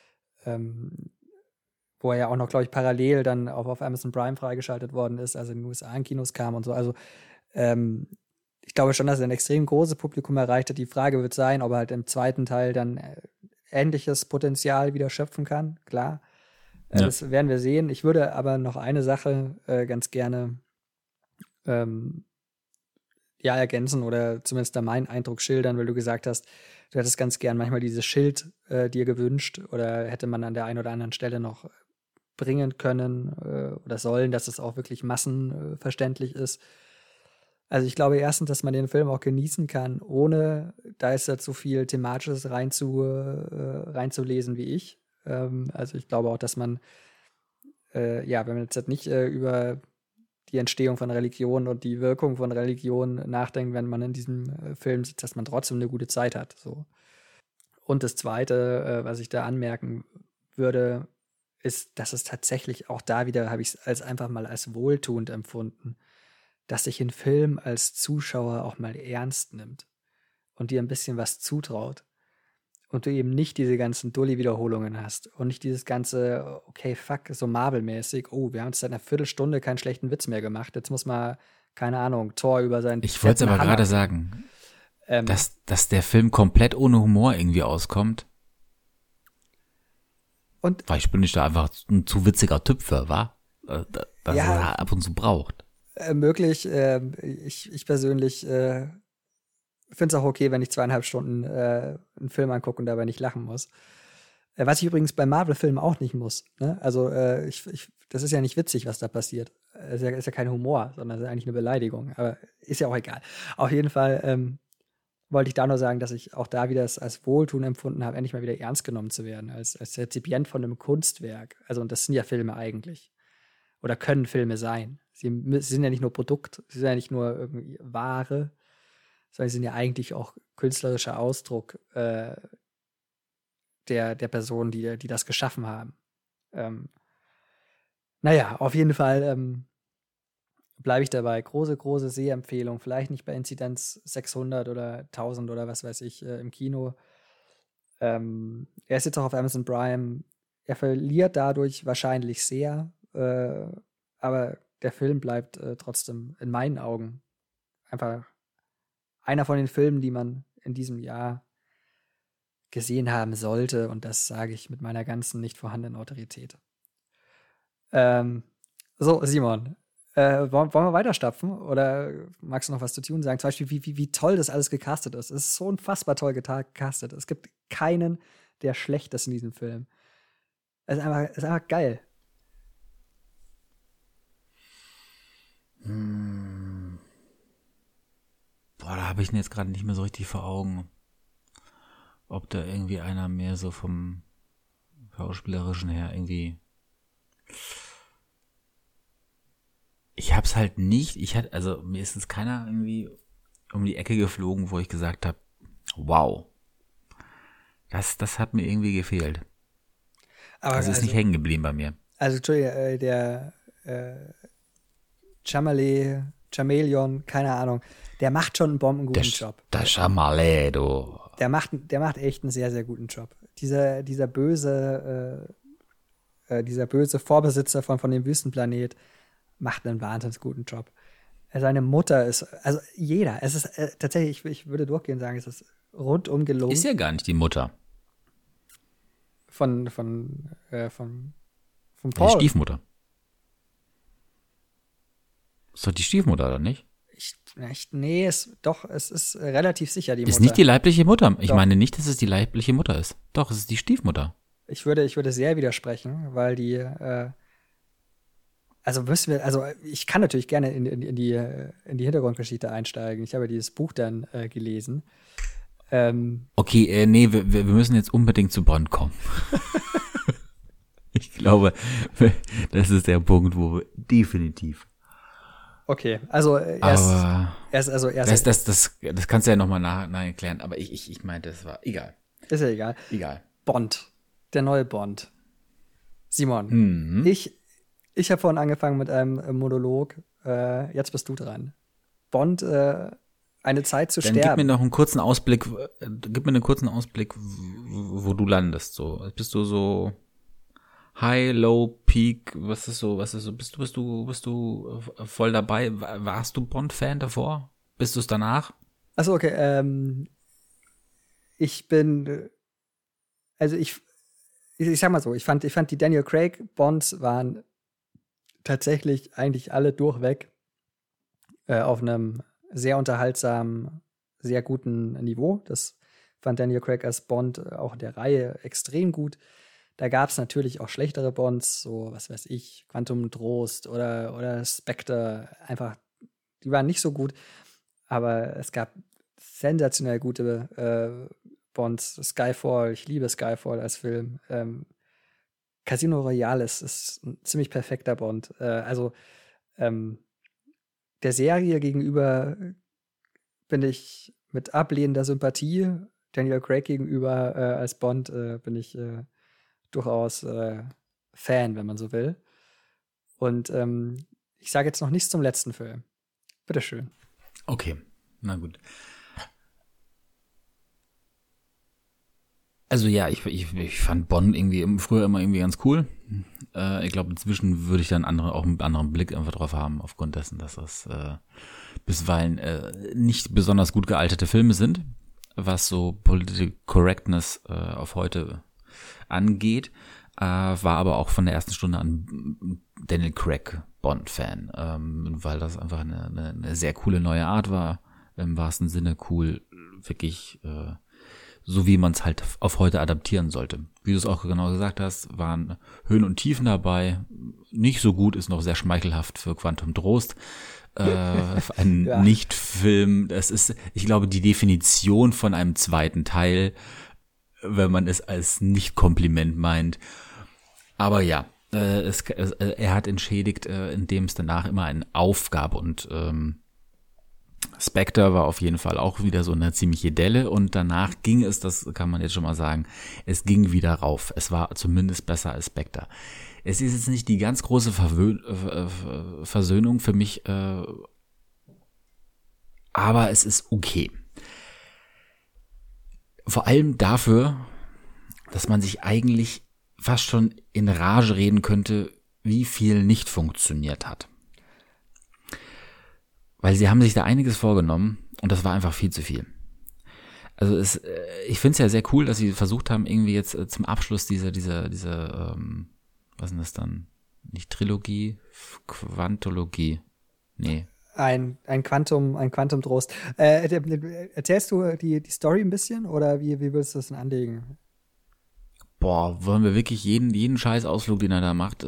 wo er ja auch noch, glaube ich, parallel dann auf Amazon Prime freigeschaltet worden ist, also in den USA in Kinos kam und so. Also ich glaube schon, dass er ein extrem großes Publikum erreicht hat. Die Frage wird sein, ob er halt im zweiten Teil dann ähnliches Potenzial wieder schöpfen kann, klar. Ja. Das werden wir sehen. Ich würde aber noch eine Sache ganz gerne ergänzen oder zumindest da meinen Eindruck schildern, weil du gesagt hast, du hättest ganz gern manchmal dieses Schild dir gewünscht oder hätte man an der einen oder anderen Stelle noch bringen können oder sollen, dass es auch wirklich massenverständlich ist. Also ich glaube erstens, dass man den Film auch genießen kann, ohne da ist da zu viel Thematisches reinzulesen wie ich. Also ich glaube auch, dass man, wenn man jetzt nicht über die Entstehung von Religion und die Wirkung von Religion nachdenkt, wenn man in diesem Film sitzt, dass man trotzdem eine gute Zeit hat. So. Und das Zweite, was ich da anmerken würde, ist, dass es tatsächlich auch da wieder, habe ich es einfach mal als wohltuend empfunden, dass sich ein Film als Zuschauer auch mal ernst nimmt und dir ein bisschen was zutraut. Und du eben nicht diese ganzen Dulli-Wiederholungen hast und nicht dieses ganze, okay, fuck, so Marvel-mäßig, oh, wir haben jetzt seit einer Viertelstunde keinen schlechten Witz mehr gemacht, jetzt muss mal, keine Ahnung, Thor über seinen Ich wollte es aber gerade sagen, dass der Film komplett ohne Humor irgendwie auskommt. Und weil ich bin nicht da einfach ein zu witziger Typ für, wa? Dass er ab und zu braucht. Möglich, ich persönlich finde es auch okay, wenn ich 2,5 Stunden einen Film angucke und dabei nicht lachen muss. Was ich übrigens bei Marvel-Filmen auch nicht muss. Ne? Also das ist ja nicht witzig, was da passiert. Ist ja kein Humor, sondern ist eigentlich eine Beleidigung. Aber ist ja auch egal. Auf jeden Fall wollte ich da nur sagen, dass ich auch da wieder es als Wohltun empfunden habe, endlich mal wieder ernst genommen zu werden, als Rezipient von einem Kunstwerk. Also und das sind ja Filme eigentlich. Oder können Filme sein. Sie sind ja nicht nur Produkt, sie sind ja nicht nur irgendwie Ware, sondern sie sind ja eigentlich auch künstlerischer Ausdruck der Personen, die das geschaffen haben. Auf jeden Fall bleibe ich dabei. Große Sehempfehlung. Vielleicht nicht bei Inzidenz 600 oder 1000 oder was weiß ich im Kino. Er ist jetzt auch auf Amazon Prime. Er verliert dadurch wahrscheinlich sehr, aber der Film bleibt trotzdem in meinen Augen einfach einer von den Filmen, die man in diesem Jahr gesehen haben sollte. Und das sage ich mit meiner ganzen nicht vorhandenen Autorität. So, Simon, wollen wir weiterstapfen? Oder magst du noch was zu Dune sagen? Zum Beispiel, wie toll das alles gecastet ist. Es ist so unfassbar toll gecastet. Es gibt keinen, der schlecht ist in diesem Film. Es ist einfach geil. Boah, da habe ich ihn jetzt gerade nicht mehr so richtig vor Augen. Ob da irgendwie einer mehr so vom Schauspielerischen her irgendwie. Ich hab's halt nicht. Also mir ist jetzt keiner irgendwie um die Ecke geflogen, wo ich gesagt habe, wow. Das hat mir irgendwie gefehlt. Aber das ist nicht hängen geblieben bei mir. Also, Entschuldigung, der Chameleon, keine Ahnung, der macht schon einen bombenguten Job. Der Chamalet, du. Der macht echt einen sehr, sehr guten Job. Dieser böse Vorbesitzer von dem Wüstenplanet macht einen wahnsinnig guten Job. Seine Mutter ist, also jeder, es ist tatsächlich, ich würde durchgehen und sagen, es ist rundum gelungen. Ist ja gar nicht die Mutter. Von Paul. Die Stiefmutter. Ist doch die Stiefmutter, oder nicht? Nee, es ist relativ sicher die Mutter. Ist nicht die leibliche Mutter. Ich meine nicht, dass es die leibliche Mutter ist. Doch, es ist die Stiefmutter. Ich würde sehr widersprechen, weil die ich kann natürlich gerne in die Hintergrundgeschichte einsteigen. Ich habe dieses Buch dann gelesen. Okay, nee, wir müssen jetzt unbedingt zu Bond kommen. Ich glaube, das ist der Punkt, wo wir definitiv. Okay, also das kannst du ja nochmal nach erklären, aber ich meinte, es war egal. Ist ja egal. Egal. Bond. Der neue Bond. Simon, ich habe vorhin angefangen mit einem Monolog. Jetzt bist du dran. Bond, eine Zeit zu sterben. Gib mir noch einen kurzen Ausblick. Wo du landest. So, bist du so High, Low, Peak? Was ist so? Bist du voll dabei? Warst du Bond-Fan davor? Bist du es danach? Achso, okay. Ich sag mal so, ich fand die Daniel Craig Bonds waren tatsächlich eigentlich alle durchweg auf einem sehr unterhaltsamen, sehr guten Niveau. Das fand Daniel Craig als Bond auch in der Reihe extrem gut. Da gab es natürlich auch schlechtere Bonds, so was weiß ich, Quantum Trost oder Spectre, einfach, die waren nicht so gut, aber es gab sensationell gute Bonds. Skyfall, ich liebe Skyfall als Film. Casino Royale ist ein ziemlich perfekter Bond. Der Serie gegenüber bin ich mit ablehnender Sympathie. Daniel Craig gegenüber als Bond bin ich durchaus Fan, wenn man so will. Und ich sage jetzt noch nichts zum letzten Film. Bitteschön. Okay, na gut. Also ja, ich fand Bond früher immer irgendwie ganz cool. Ich glaube, inzwischen würde ich dann auch einen anderen Blick einfach drauf haben, aufgrund dessen, dass das bisweilen nicht besonders gut gealterte Filme sind, was so Political Correctness auf heute angeht. War aber auch von der ersten Stunde an Daniel Craig Bond-Fan, weil das einfach eine sehr coole neue Art war, im wahrsten Sinne cool, wirklich so wie man es halt auf heute adaptieren sollte. Wie du es auch genau gesagt hast, waren Höhen und Tiefen dabei. Nicht so gut, ist noch sehr schmeichelhaft für Quantum Trost. Ein ja. Nicht-Film, das ist, ich glaube, die Definition von einem zweiten Teil, wenn man es als Nicht-Kompliment meint. Aber ja, er hat entschädigt, indem es danach immer eine Aufgabe und Spectre war auf jeden Fall auch wieder so eine ziemliche Delle und danach ging es, das kann man jetzt schon mal sagen, es ging wieder rauf. Es war zumindest besser als Spectre. Es ist jetzt nicht die ganz große Versöhnung für mich, aber es ist okay. Vor allem dafür, dass man sich eigentlich fast schon in Rage reden könnte, wie viel nicht funktioniert hat. Weil sie haben sich da einiges vorgenommen und das war einfach viel zu viel. Also ich finde es ja sehr cool, dass sie versucht haben, irgendwie jetzt zum Abschluss diese was ist das dann? Nicht Trilogie, Quantologie. Nee. Ein Quantum Trost. Erzählst du die Story ein bisschen oder wie willst du das denn anlegen? Boah, wollen wir wirklich jeden Scheißausflug, den er da macht?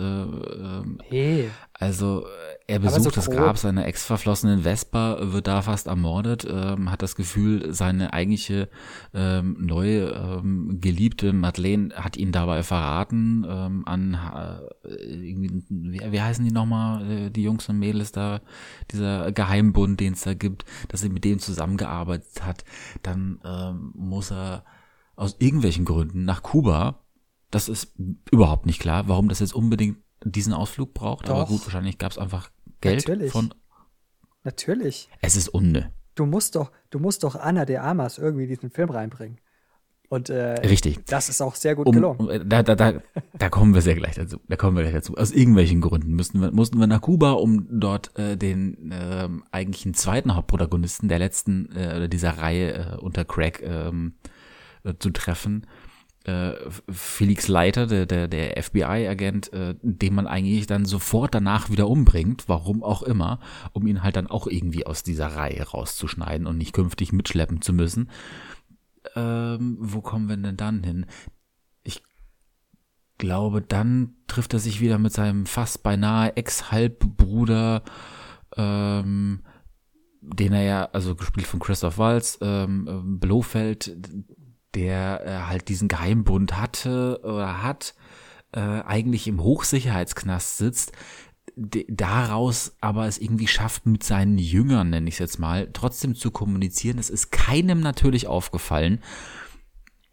Also er besucht das Grab seiner ex-verflossenen Vespa, wird da fast ermordet, hat das Gefühl, seine eigentliche neue Geliebte Madeleine hat ihn dabei verraten irgendwie, wie heißen die nochmal, die Jungs und Mädels da, dieser Geheimbund, den es da gibt, dass er mit denen zusammengearbeitet hat. Dann muss er aus irgendwelchen Gründen nach Kuba. Das ist überhaupt nicht klar, warum das jetzt unbedingt diesen Ausflug braucht. Doch. Aber gut, wahrscheinlich gab es einfach Geld. Natürlich. Es ist Unne. Du musst doch Ana de Armas irgendwie in diesen Film reinbringen. Und richtig. Das ist auch sehr gut gelungen. Da kommen wir sehr gleich dazu. Aus irgendwelchen Gründen mussten wir nach Kuba, um dort den eigentlichen zweiten Hauptprotagonisten der letzten dieser Reihe unter Craig zu treffen. Felix Leiter, der FBI-Agent, den man eigentlich dann sofort danach wieder umbringt, warum auch immer, um ihn halt dann auch irgendwie aus dieser Reihe rauszuschneiden und nicht künftig mitschleppen zu müssen. Wo kommen wir denn dann hin? Ich glaube, dann trifft er sich wieder mit seinem fast beinahe Ex-Halbbruder, den er ja, also gespielt von Christoph Waltz, Blofeld, der halt diesen Geheimbund hat, eigentlich im Hochsicherheitsknast sitzt, daraus aber es irgendwie schafft, mit seinen Jüngern, nenne ich es jetzt mal, trotzdem zu kommunizieren. Das ist keinem natürlich aufgefallen.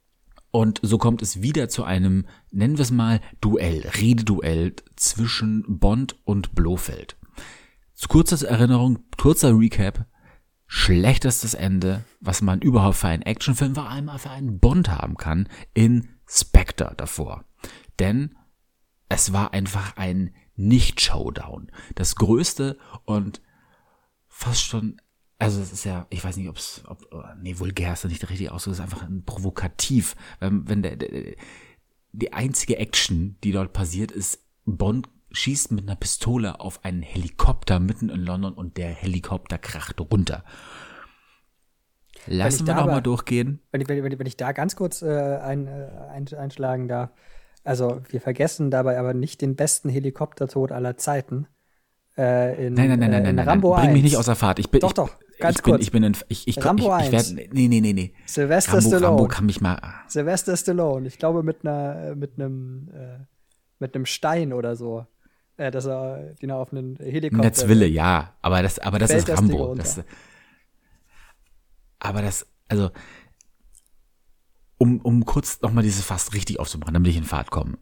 Und so kommt es wieder zu einem, nennen wir es mal, Rededuell zwischen Bond und Blofeld. Zu kurzer Erinnerung, kurzer Recap, schlechtestes Ende, was man überhaupt für einen Actionfilm, vor allem für einen Bond haben kann, in Spectre davor. Denn es war einfach ein Nicht-Showdown. Das größte und fast schon, also es ist ja, ich weiß nicht, vulgär ist da nicht richtig ausgedrückt, es ist einfach ein provokativ. Wenn die einzige Action, die dort passiert, ist, Bond schießt mit einer Pistole auf einen Helikopter mitten in London und der Helikopter kracht runter. Lassen wir nochmal durchgehen. Wenn ich da ganz kurz einschlagen darf. Also wir vergessen dabei aber nicht den besten Helikoptertod aller Zeiten. Nein, Rambo bring mich nicht aus der Fahrt. Ganz kurz. Rambo 1. Nee. Sylvester Stallone. Rambo kann mich mal. Sylvester Stallone. Ich glaube mit einem Stein oder so. Dass er den auf einen Helikopter. Netzwille, ja. Aber das ist Rambo. Also um kurz nochmal dieses Fass richtig aufzumachen, damit ich in Fahrt komme.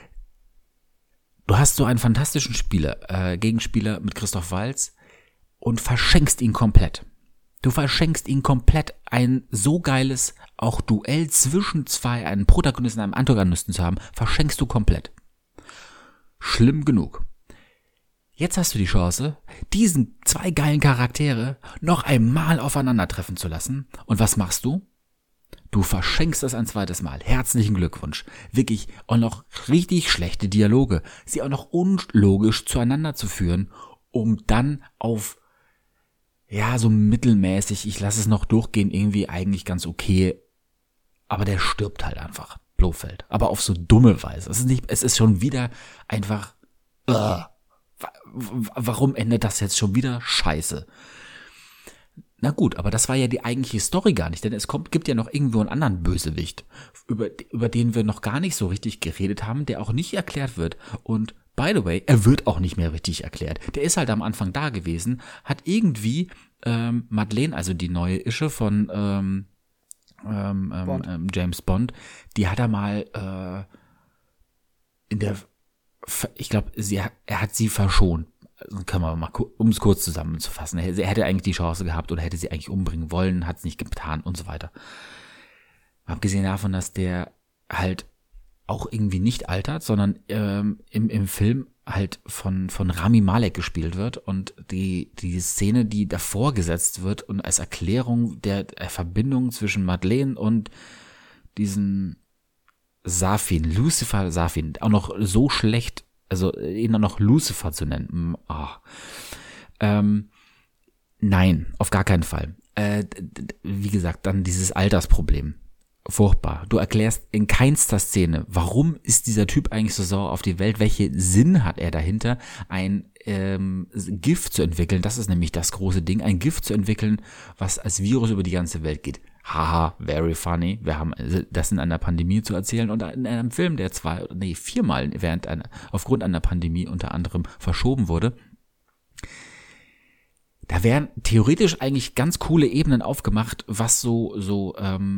Du hast so einen fantastischen Gegenspieler mit Christoph Waltz und verschenkst ihn komplett. Du verschenkst ihn komplett, ein so geiles auch Duell zwischen einen Protagonisten und einem Antagonisten zu haben, verschenkst du komplett. Schlimm genug. Jetzt hast du die Chance, diesen zwei geilen Charaktere noch einmal aufeinandertreffen zu lassen. Und was machst du? Du verschenkst es ein zweites Mal. Herzlichen Glückwunsch. Wirklich auch noch richtig schlechte Dialoge. Sie auch noch unlogisch zueinander zu führen, um dann auf, ja, so mittelmäßig, ich lasse es noch durchgehen, irgendwie eigentlich ganz okay. Aber der stirbt halt einfach. Blofeld. Aber auf so dumme Weise. Es ist schon wieder einfach, warum endet das jetzt schon wieder scheiße? Na gut, aber das war ja die eigentliche Story gar nicht, denn gibt ja noch irgendwo einen anderen Bösewicht, über den wir noch gar nicht so richtig geredet haben, der auch nicht erklärt wird. Und by the way, er wird auch nicht mehr richtig erklärt. Der ist halt am Anfang da gewesen, hat irgendwie Madeleine, also die neue Ische von James Bond, die hat er mal ich glaube, er hat sie verschont. Können wir mal, um es kurz zusammenzufassen. Er hätte eigentlich die Chance gehabt oder hätte sie eigentlich umbringen wollen, hat es nicht getan und so weiter. Abgesehen davon, dass der halt auch irgendwie nicht altert, sondern im Film halt von Rami Malek gespielt wird und die Szene, die davor gesetzt wird und als Erklärung der Verbindung zwischen Madeleine und diesen Lucifer Safin, auch noch so schlecht, also ihn dann noch Lucifer zu nennen. Nein, auf gar keinen Fall. Wie gesagt, dann dieses Altersproblem. Furchtbar. Du erklärst in keinster Szene, warum ist dieser Typ eigentlich so sauer auf die Welt? Welchen Sinn hat er dahinter, ein Gift zu entwickeln? Das ist nämlich das große Ding. Ein Gift zu entwickeln, was als Virus über die ganze Welt geht. Haha, very funny. Wir haben das in einer Pandemie zu erzählen und in einem Film, der viermal aufgrund einer Pandemie unter anderem verschoben wurde. Da wären theoretisch eigentlich ganz coole Ebenen aufgemacht, was so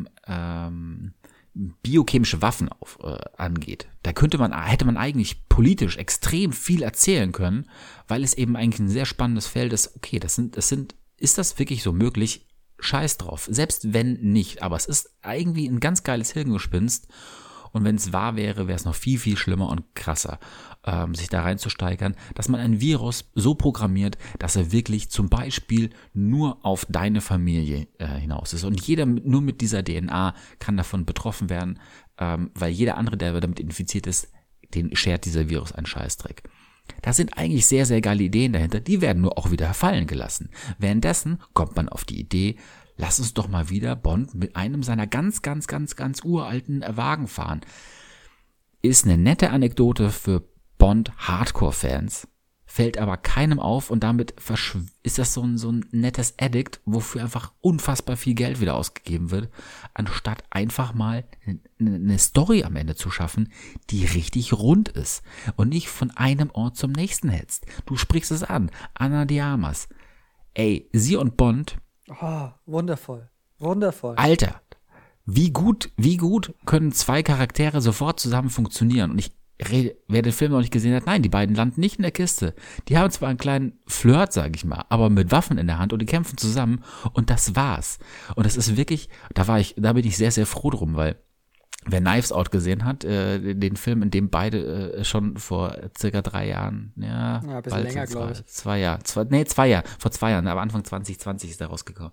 biochemische Waffen angeht. Da hätte man eigentlich politisch extrem viel erzählen können, weil es eben eigentlich ein sehr spannendes Feld ist. Okay, ist das wirklich so möglich? Scheiß drauf. Selbst wenn nicht, aber es ist irgendwie ein ganz geiles Hirngespinst. Und wenn es wahr wäre, wäre es noch viel, viel schlimmer und krasser, sich da reinzusteigern, dass man ein Virus so programmiert, dass er wirklich zum Beispiel nur auf deine Familie hinaus ist. Und jeder nur mit dieser DNA kann davon betroffen werden, weil jeder andere, der damit infiziert ist, den schert dieser Virus einen Scheißdreck. Da sind eigentlich sehr, sehr geile Ideen dahinter, die werden nur auch wieder fallen gelassen. Währenddessen kommt man auf die Idee, lass uns doch mal wieder Bond mit einem seiner ganz, ganz, ganz, ganz uralten Wagen fahren. Ist eine nette Anekdote für Bond-Hardcore-Fans, fällt aber keinem auf und damit ist das so ein nettes Addict, wofür einfach unfassbar viel Geld wieder ausgegeben wird, anstatt einfach mal eine Story am Ende zu schaffen, die richtig rund ist und nicht von einem Ort zum nächsten hetzt. Du sprichst es an, Ana de Armas. Ey, sie und Bond. Oh, wundervoll, wundervoll. Alter, wie gut können zwei Charaktere sofort zusammen funktionieren? Und wer den Film noch nicht gesehen hat, nein, die beiden landen nicht in der Kiste. Die haben zwar einen kleinen Flirt, sag ich mal, aber mit Waffen in der Hand und die kämpfen zusammen und das war's. Und das ist wirklich, da bin ich sehr, sehr froh drum, weil wer Knives Out gesehen hat, den Film, in dem beide schon vor circa 3 Jahren, ein bisschen länger, glaube ich. 2 Jahre, vor 2 Jahren, aber Anfang 2020 ist der rausgekommen.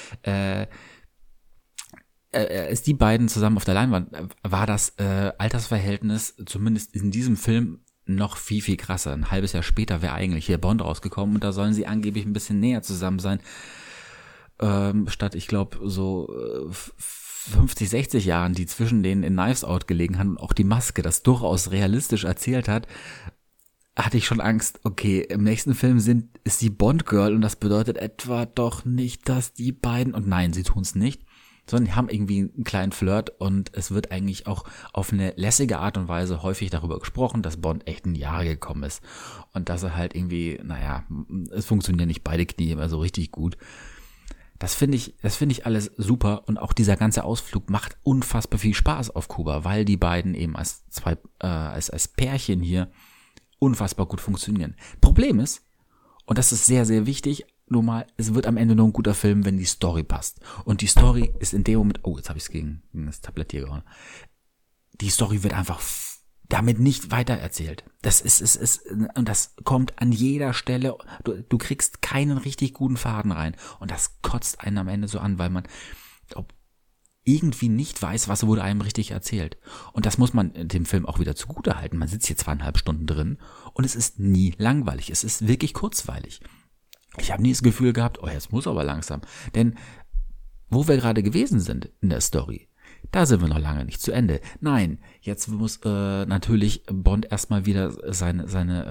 Als die beiden zusammen auf der Leinwand, war das Altersverhältnis zumindest in diesem Film noch viel, viel krasser. Ein halbes Jahr später wäre eigentlich hier Bond rausgekommen und da sollen sie angeblich ein bisschen näher zusammen sein. Statt, ich glaube, so 50, 60 Jahren, die zwischen denen in Knives Out gelegen haben und auch die Maske das durchaus realistisch erzählt hat, hatte ich schon Angst, okay, im nächsten Film ist sie Bond-Girl und das bedeutet etwa doch nicht, dass die beiden, und nein, sie tun es nicht, sondern die haben irgendwie einen kleinen Flirt und es wird eigentlich auch auf eine lässige Art und Weise häufig darüber gesprochen, dass Bond echt in die Jahre gekommen ist und dass er halt irgendwie, es funktionieren nicht beide Knie immer so richtig gut. Das finde ich alles super und auch dieser ganze Ausflug macht unfassbar viel Spaß auf Kuba, weil die beiden eben als Pärchen hier unfassbar gut funktionieren. Problem ist, und das ist sehr, sehr wichtig, nur mal, es wird am Ende nur ein guter Film, wenn die Story passt. Und die Story ist in dem Moment, jetzt habe ich es gegen das Tablett hier gehauen. Die Story wird einfach damit nicht weitererzählt. Und das kommt an jeder Stelle, du kriegst keinen richtig guten Faden rein. Und das kotzt einen am Ende so an, weil man irgendwie nicht weiß, was wurde einem richtig erzählt. Und das muss man dem Film auch wieder zugute halten. Man sitzt hier 2,5 Stunden drin und es ist nie langweilig. Es ist wirklich kurzweilig. Ich habe nie das Gefühl gehabt, jetzt muss aber langsam. Denn wo wir gerade gewesen sind in der Story, da sind wir noch lange nicht zu Ende. Nein, jetzt muss natürlich Bond erstmal wieder seine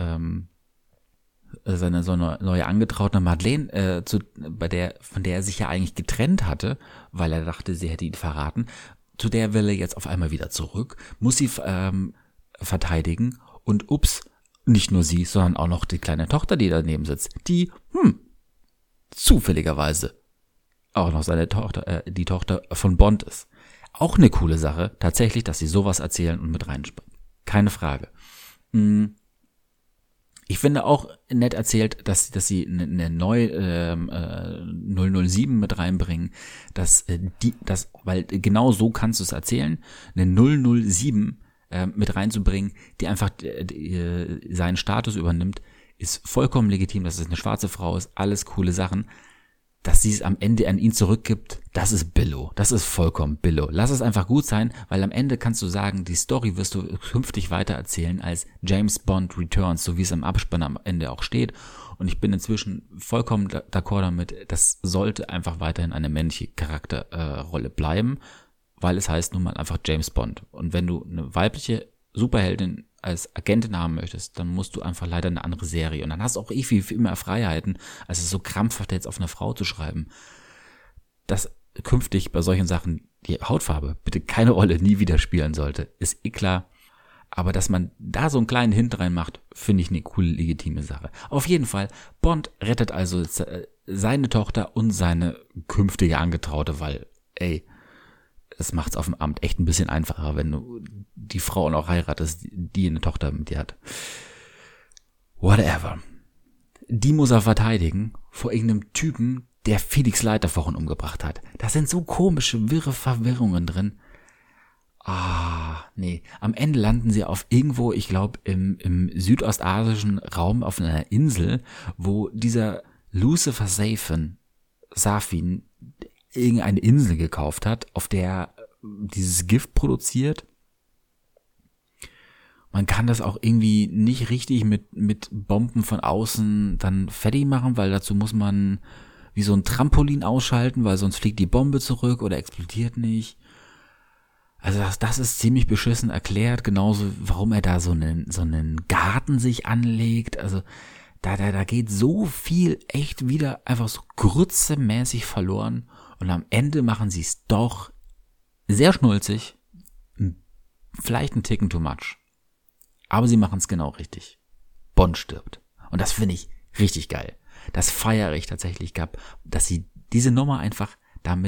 so eine neue Angetraute Madeleine, von der er sich ja eigentlich getrennt hatte, weil er dachte, sie hätte ihn verraten. Zu der will er jetzt auf einmal wieder zurück, muss sie verteidigen und nicht nur sie, sondern auch noch die kleine Tochter, die daneben sitzt, die, zufälligerweise auch noch die Tochter von Bond ist. Auch eine coole Sache, tatsächlich, dass sie sowas erzählen und mit reinspringen. Keine Frage. Ich finde auch nett erzählt, dass sie eine neue 007 mit reinbringen, weil genau so kannst du es erzählen, eine 007 mit reinzubringen, die einfach seinen Status übernimmt, ist vollkommen legitim, dass es eine schwarze Frau ist, alles coole Sachen. Dass sie es am Ende an ihn zurückgibt, das ist Billo. Das ist vollkommen Billo. Lass es einfach gut sein, weil am Ende kannst du sagen, die Story wirst du künftig weiter erzählen als James Bond Returns, so wie es im Abspann am Ende auch steht. Und ich bin inzwischen vollkommen d'accord damit, das sollte einfach weiterhin eine männliche Charakterrolle bleiben, weil es heißt nun mal einfach James Bond. Und wenn du eine weibliche Superheldin als Agentin haben möchtest, dann musst du einfach leider eine andere Serie. Und dann hast du auch viel mehr Freiheiten, als es so krampfhaft jetzt auf eine Frau zu schreiben. Dass künftig bei solchen Sachen die Hautfarbe bitte keine Rolle nie wieder spielen sollte, ist klar. Aber dass man da so einen kleinen Hint reinmacht, finde ich eine coole, legitime Sache. Auf jeden Fall, Bond rettet also seine Tochter und seine künftige Angetraute, weil, es macht's auf dem Amt echt ein bisschen einfacher, wenn du die Frau auch heiratest, die eine Tochter mit dir hat. Whatever. Die muss er verteidigen vor irgendeinem Typen, der Felix Leiter vorhin umgebracht hat. Da sind so komische, wirre Verwirrungen drin. Nee. Am Ende landen sie auf irgendwo, ich glaube, im südostasischen Raum auf einer Insel, wo dieser Lucifer Safin irgendeine Insel gekauft hat, auf der dieses Gift produziert. Man kann das auch irgendwie nicht richtig mit Bomben von außen dann fertig machen, weil dazu muss man wie so ein Trampolin ausschalten, weil sonst fliegt die Bombe zurück oder explodiert nicht. Also das ist ziemlich beschissen erklärt, genauso warum er da so einen Garten sich anlegt. Also da geht so viel echt wieder einfach so grützemäßig verloren. Und am Ende machen sie es doch sehr schnulzig, vielleicht ein Ticken too much. Aber sie machen es genau richtig. Bond stirbt. Und das finde ich richtig geil. Das feiere ich tatsächlich, dass sie diese Nummer einfach damit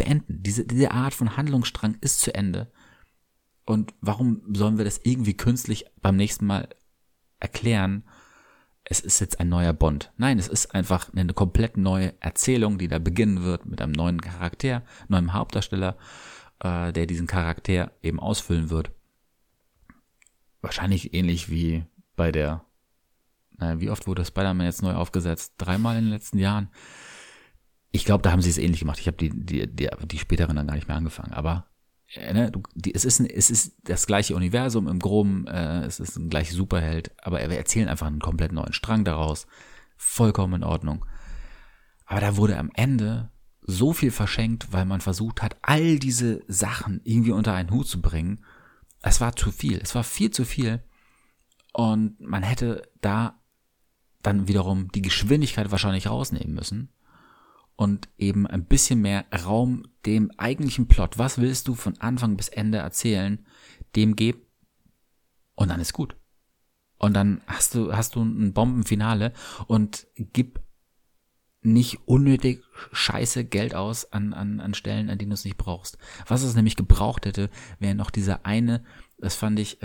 beenden. Diese Art von Handlungsstrang ist zu Ende. Und warum sollen wir das irgendwie künstlich beim nächsten Mal erklären? Es ist jetzt ein neuer Bond. Nein, es ist einfach eine komplett neue Erzählung, die da beginnen wird mit einem neuen Charakter, neuem Hauptdarsteller, der diesen Charakter eben ausfüllen wird. Wahrscheinlich ähnlich wie bei wie oft wurde Spider-Man jetzt neu aufgesetzt? 3-mal in den letzten Jahren. Ich glaube, da haben sie es ähnlich gemacht. Ich habe die späteren dann gar nicht mehr angefangen. Aber es ist das gleiche Universum im Groben, es ist ein gleicher Superheld, aber wir erzählen einfach einen komplett neuen Strang daraus. Vollkommen in Ordnung. Aber da wurde am Ende so viel verschenkt, weil man versucht hat, all diese Sachen irgendwie unter einen Hut zu bringen. Es war zu viel. Es war viel zu viel. Und man hätte da dann wiederum die Geschwindigkeit wahrscheinlich rausnehmen müssen. Und eben ein bisschen mehr Raum dem eigentlichen Plot. Was willst du von Anfang bis Ende erzählen? Dem geben. Und dann ist gut. Und dann hast du ein Bombenfinale und gib nicht unnötig scheiße Geld aus an Stellen, an denen du es nicht brauchst. Was es nämlich gebraucht hätte, wäre noch dieser eine, das fand ich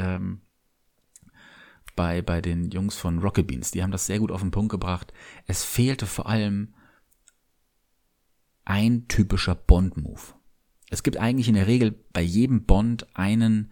bei den Jungs von Rocket Beans, die haben das sehr gut auf den Punkt gebracht. Es fehlte vor allem ein typischer Bond-Move. Es gibt eigentlich in der Regel bei jedem Bond eine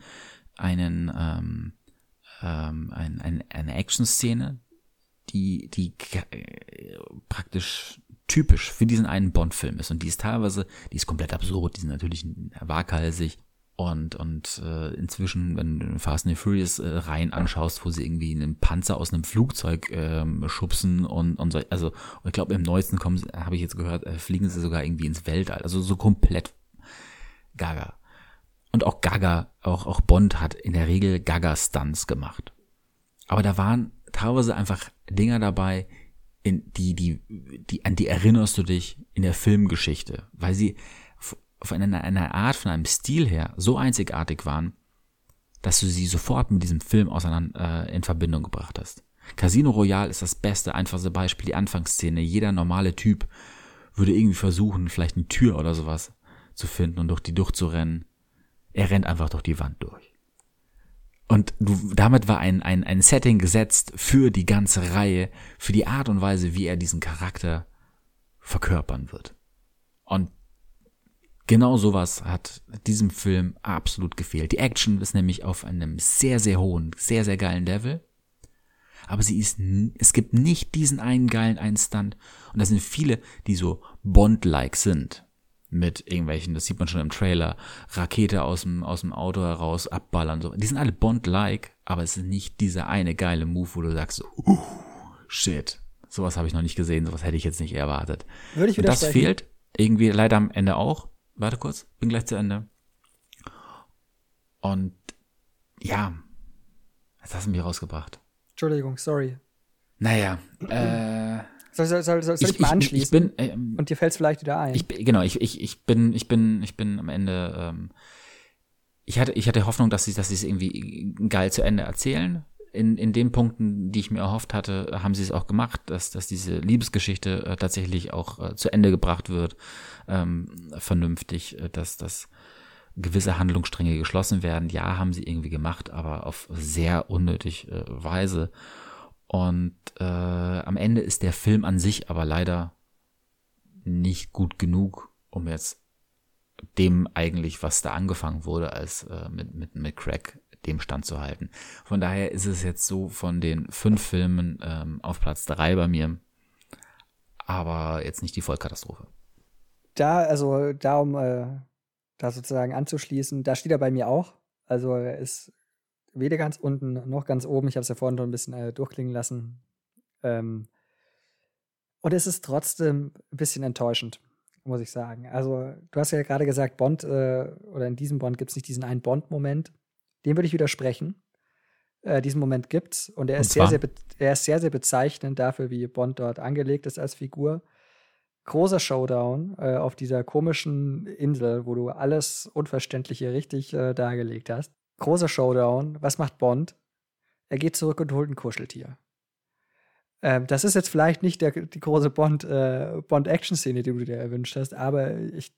Action-Szene, die praktisch typisch für diesen einen Bond-Film ist. Und die ist komplett absurd, die sind natürlich waghalsig. Und inzwischen, wenn du Fast and Furious Reihen anschaust, wo sie irgendwie einen Panzer aus einem Flugzeug schubsen und so, also und ich glaube im neuesten habe ich jetzt gehört, fliegen sie sogar irgendwie ins Weltall, also so komplett gaga. Und auch auch Bond hat in der Regel Gaga-Stunts gemacht. Aber da waren teilweise einfach Dinger dabei, an die erinnerst du dich in der Filmgeschichte, weil sie von einer Art, von einem Stil her so einzigartig waren, dass du sie sofort mit diesem Film in Verbindung gebracht hast. Casino Royale ist das beste, einfachste Beispiel, die Anfangsszene. Jeder normale Typ würde irgendwie versuchen, vielleicht eine Tür oder sowas zu finden und durch die durchzurennen. Er rennt einfach durch die Wand durch. Und damit war ein Setting gesetzt für die ganze Reihe, für die Art und Weise, wie er diesen Charakter verkörpern wird. Und genau sowas hat diesem Film absolut gefehlt. Die Action ist nämlich auf einem sehr, sehr hohen, sehr, sehr geilen Level. Aber es gibt nicht diesen einen geilen Stunt. Und das sind viele, die so Bond-like sind. Mit irgendwelchen, das sieht man schon im Trailer, Rakete aus dem Auto heraus, abballern, so. Die sind alle Bond-like, aber es ist nicht dieser eine geile Move, wo du sagst so, shit, sowas habe ich noch nicht gesehen, sowas hätte ich jetzt nicht erwartet. Würde ich und das fehlt irgendwie leider am Ende auch. Warte kurz, bin gleich zu Ende. Und ja, jetzt hast du mich rausgebracht. Entschuldigung, sorry. Naja, Soll ich mal anschließen? Und dir fällt es vielleicht wieder ein. Ich bin am Ende, ich hatte Hoffnung, dass sie es irgendwie geil zu Ende erzählen. In den Punkten, die ich mir erhofft hatte, haben sie es auch gemacht, dass diese Liebesgeschichte tatsächlich auch zu Ende gebracht wird, vernünftig, dass gewisse Handlungsstränge geschlossen werden. Ja, haben sie irgendwie gemacht, aber auf sehr unnötig Weise. Und am Ende ist der Film an sich aber leider nicht gut genug, um jetzt dem eigentlich, was da angefangen wurde, als mit Craig dem standzuhalten. Von daher ist es jetzt so von den 5 Filmen auf Platz 3 bei mir, aber jetzt nicht die Vollkatastrophe. Da sozusagen anzuschließen, da steht er bei mir auch. Also er ist weder ganz unten noch ganz oben. Ich habe es ja vorhin schon ein bisschen durchklingen lassen. Und es ist trotzdem ein bisschen enttäuschend, muss ich sagen. Also du hast ja gerade gesagt, Bond, oder in diesem Bond gibt es nicht diesen einen Bond-Moment. Dem würde ich widersprechen. Diesen Moment gibt's. Und er ist sehr, sehr bezeichnend dafür, wie Bond dort angelegt ist als Figur. Großer Showdown auf dieser komischen Insel, wo du alles Unverständliche richtig dargelegt hast. Großer Showdown. Was macht Bond? Er geht zurück und holt ein Kuscheltier. Das ist jetzt vielleicht nicht die große Bond-Action-Szene, die du dir erwünscht hast, aber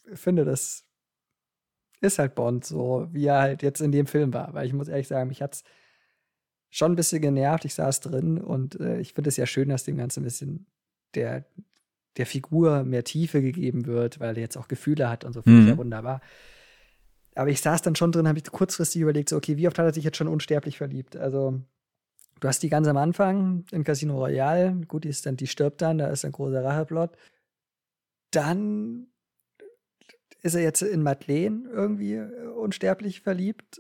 finde, das ist halt Bond, so wie er halt jetzt in dem Film war. Weil ich muss ehrlich sagen, mich hat's schon ein bisschen genervt. Ich saß drin und ich finde es ja schön, dass dem Ganzen ein bisschen der Figur mehr Tiefe gegeben wird, weil er jetzt auch Gefühle hat und so, finde ich ja wunderbar. Aber ich saß dann schon drin, habe ich kurzfristig überlegt, so, okay, wie oft hat er sich jetzt schon unsterblich verliebt? Also, du hast die ganz am Anfang in Casino Royale, gut, die stirbt dann, da ist ein großer Racheplot. Dann ist er jetzt in Madeleine irgendwie unsterblich verliebt,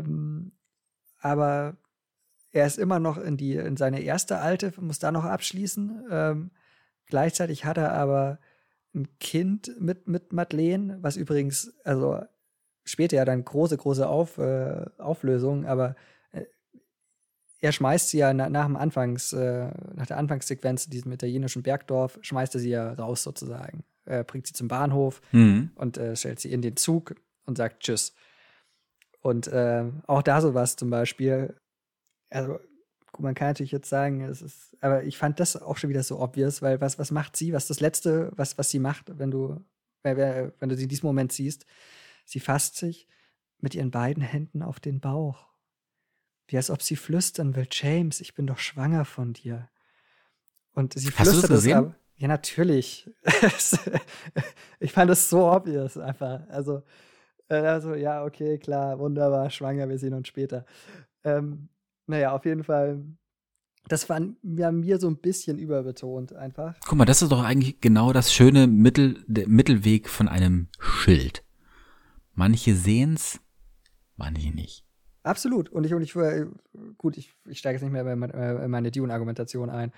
aber er ist immer noch in seine erste Alte, muss da noch abschließen. Gleichzeitig hat er aber ein Kind mit Madeleine, was übrigens, also später ja dann große Auflösung, aber er schmeißt sie ja nach der Anfangssequenz, diesem italienischen Bergdorf, schmeißt er sie ja raus sozusagen. Bringt sie zum Bahnhof und stellt sie in den Zug und sagt Tschüss. Und auch da sowas zum Beispiel, also gut, man kann natürlich jetzt sagen, aber ich fand das auch schon wieder so obvious, weil was macht sie? Was ist das Letzte, was sie macht, wenn du sie in diesem Moment siehst? Sie fasst sich mit ihren beiden Händen auf den Bauch. Wie als ob sie flüstern will, James, ich bin doch schwanger von dir. Und sie flüstert. Hast du das gesehen? Aber, ja, natürlich. Ich fand das so obvious einfach. Also, ja, okay, klar, wunderbar, schwanger, wir sehen uns später. Naja, auf jeden Fall, das war mir so ein bisschen überbetont einfach. Guck mal, das ist doch eigentlich genau das schöne Mittelweg von einem Schild. Manche sehen's, manche nicht. Absolut. Und ich steige jetzt nicht mehr in meine Dune-Argumentation ein.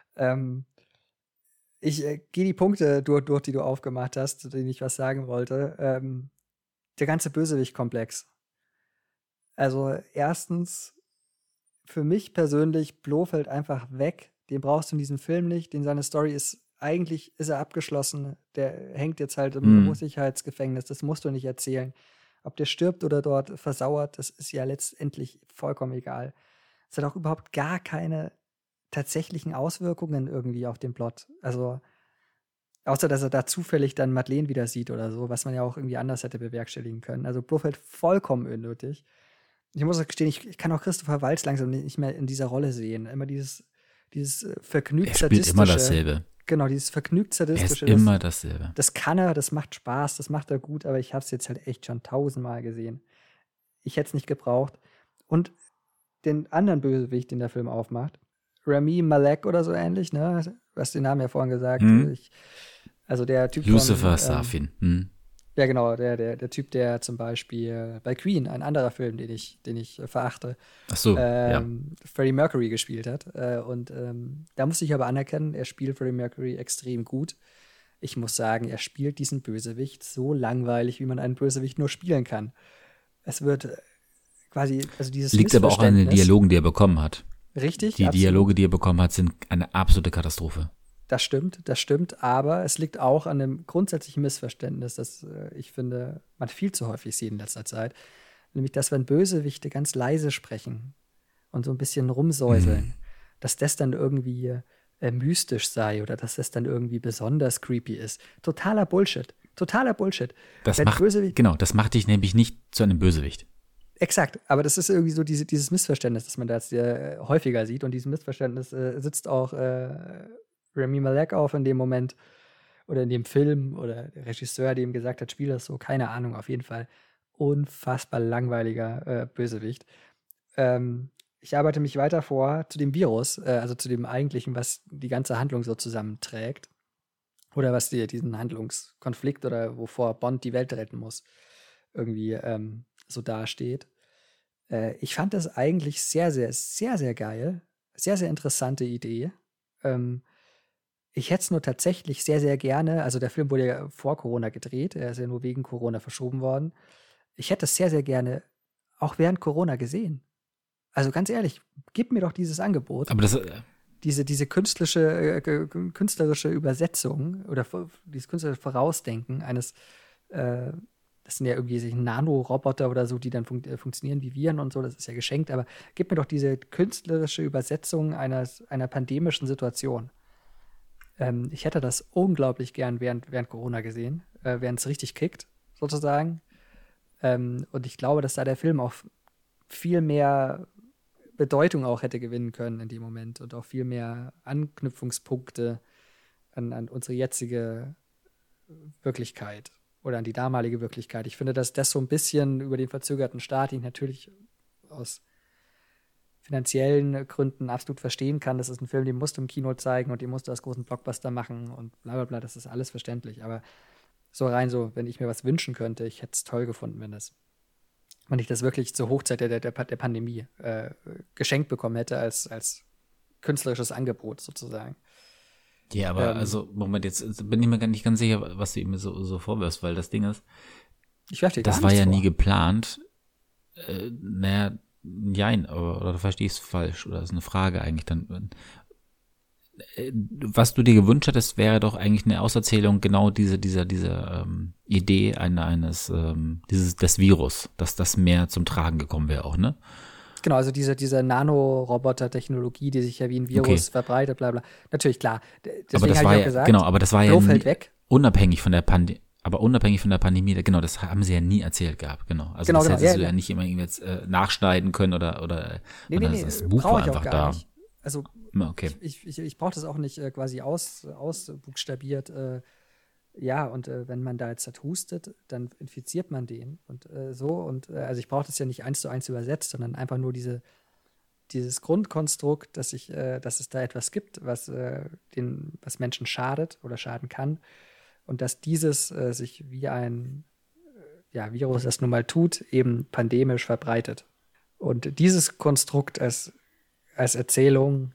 Ich gehe die Punkte durch, die du aufgemacht hast, zu denen ich was sagen wollte. Der ganze Bösewicht-Komplex. Also erstens, für mich persönlich, Blofeld einfach weg. Den brauchst du in diesem Film nicht. Seine Story ist er abgeschlossen. Der hängt jetzt halt im Hochsicherheitsgefängnis. Das musst du nicht erzählen. Ob der stirbt oder dort versauert, das ist ja letztendlich vollkommen egal. Es hat auch überhaupt gar keine tatsächlichen Auswirkungen irgendwie auf den Plot. Also, außer dass er da zufällig dann Madeleine wieder sieht oder so, was man ja auch irgendwie anders hätte bewerkstelligen können. Also Blofeld vollkommen unnötig. Ich muss auch gestehen, ich kann auch Christopher Waltz langsam nicht mehr in dieser Rolle sehen. Immer dieses vergnügt sadistische. Er spielt immer dasselbe. Genau, dieses vergnügt sadistische. Er ist immer dasselbe. Das kann er, das macht Spaß, das macht er gut, aber ich habe es jetzt halt echt schon 1000-mal gesehen. Ich hätte es nicht gebraucht. Und den anderen Bösewicht, den der Film aufmacht, Rami Malek oder so ähnlich, ne? Du hast den Namen ja vorhin gesagt. Also der Typ Lucifer Safin. Ja, genau, der Typ, der zum Beispiel bei Queen, ein anderer Film, den ich verachte, ach so, ja. Freddie Mercury gespielt hat. Und da muss ich aber anerkennen, er spielt Freddie Mercury extrem gut. Ich muss sagen, er spielt diesen Bösewicht so langweilig, wie man einen Bösewicht nur spielen kann. Es wird quasi, also dieses liegt aber auch an den Dialogen, die er bekommen hat. Richtig. Die absolut. Dialoge, die er bekommen hat, sind eine absolute Katastrophe. Das stimmt, aber es liegt auch an einem grundsätzlichen Missverständnis, das ich finde, man viel zu häufig sieht in letzter Zeit. Nämlich, dass wenn Bösewichte ganz leise sprechen und so ein bisschen rumsäuseln, dass das dann irgendwie mystisch sei oder dass das dann irgendwie besonders creepy ist. Totaler Bullshit. Das macht dich nämlich nicht zu einem Bösewicht. Exakt, aber das ist irgendwie so dieses Missverständnis, das man da jetzt häufiger sieht. Und dieses Missverständnis sitzt auch Rami Malek auf in dem Moment oder in dem Film oder der Regisseur, der ihm gesagt hat, spiel das so, keine Ahnung, auf jeden Fall unfassbar langweiliger Bösewicht. Ich arbeite mich weiter vor zu dem Virus, also zu dem eigentlichen, was die ganze Handlung so zusammenträgt oder was diesen Handlungskonflikt oder wovor Bond die Welt retten muss, irgendwie so dasteht. Ich fand das eigentlich sehr, sehr, sehr, sehr geil. Sehr, sehr interessante Idee. Ich hätte es nur tatsächlich sehr, sehr gerne, also der Film wurde ja vor Corona gedreht, er ist ja nur wegen Corona verschoben worden. Ich hätte es sehr, sehr gerne auch während Corona gesehen. Also ganz ehrlich, gib mir doch dieses Angebot. Aber das diese künstlerische Übersetzung oder dieses künstlerische Vorausdenken eines, das sind ja irgendwie Nanoroboter oder so, die dann funktionieren wie Viren und so, das ist ja geschenkt, aber gib mir doch diese künstlerische Übersetzung einer pandemischen Situation. Ich hätte das unglaublich gern während Corona gesehen. während es richtig kickt, sozusagen. Und ich glaube, dass da der Film auch viel mehr Bedeutung auch hätte gewinnen können in dem Moment und auch viel mehr Anknüpfungspunkte an unsere jetzige Wirklichkeit oder an die damalige Wirklichkeit. Ich finde, dass das so ein bisschen über den verzögerten Start, den ich natürlich aus finanziellen Gründen absolut verstehen kann. Das ist ein Film, den musst du im Kino zeigen und den musst du als großen Blockbuster machen und bla bla bla, das ist alles verständlich. Aber so rein so, wenn ich mir was wünschen könnte, ich hätte es toll gefunden, wenn ich das wirklich zur Hochzeit der Pandemie geschenkt bekommen hätte als künstlerisches Angebot sozusagen. Ja, aber also, Moment, jetzt bin ich mir gar nicht ganz sicher, was du ihm so vorwirfst, weil das Ding ist, das war ja nie geplant. Naja, nein, oder du verstehst falsch, oder das ist eine Frage eigentlich dann. Was du dir gewünscht hättest, wäre doch eigentlich eine Auserzählung genau diese Idee des Virus, dass das mehr zum Tragen gekommen wäre auch, ne? Genau, also diese Nanoroboter-Technologie, die sich ja wie ein Virus verbreitet, bla bla. Natürlich, klar. Deswegen habe ich auch gesagt, genau, aber das war ja weg. Unabhängig von der Pandemie, genau, das haben sie ja nie erzählt gehabt, genau. Also das hättest du ja nicht immer jetzt nachschneiden können oder nee, das Buch war einfach da. Nicht. Also okay. Ich brauche das auch nicht quasi ausbuchstabiert. Ja, und wenn man da jetzt hustet, dann infiziert man den und so. Und also ich brauche das ja nicht 1:1 übersetzt, sondern einfach nur dieses Grundkonstrukt, dass es da etwas gibt, was Menschen schadet oder schaden kann. Und dass dieses sich wie ein Virus das nun mal tut, eben pandemisch verbreitet. Und dieses Konstrukt als Erzählung,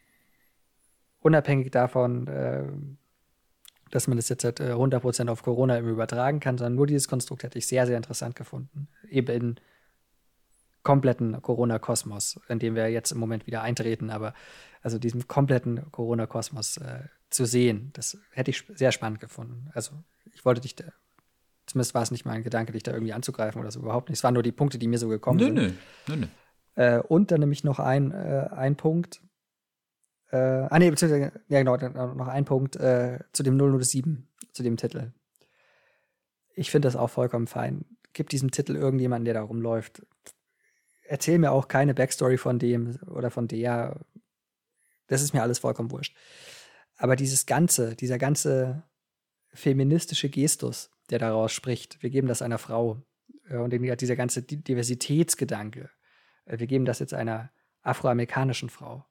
unabhängig davon, dass man das jetzt halt 100% auf Corona übertragen kann, sondern nur dieses Konstrukt hätte ich sehr, sehr interessant gefunden. Eben in kompletten Corona-Kosmos, in dem wir jetzt im Moment wieder eintreten, aber also diesen kompletten Corona-Kosmos zu sehen, das hätte ich sehr spannend gefunden. Also ich wollte zumindest war es nicht mein Gedanke, dich da irgendwie anzugreifen oder so, überhaupt nicht. Es waren nur die Punkte, die mir so gekommen sind. Nö. Und dann nämlich noch ein Punkt, beziehungsweise, ja genau, noch ein Punkt zu dem 007, zu dem Titel. Ich finde das auch vollkommen fein. Gib diesem Titel irgendjemanden, der da rumläuft. Erzähl mir auch keine Backstory von dem oder von der. Das ist mir alles vollkommen wurscht. Aber dieser ganze feministische Gestus, der daraus spricht, wir geben das einer Frau. Und dieser ganze Diversitätsgedanke, wir geben das jetzt einer afroamerikanischen Frau.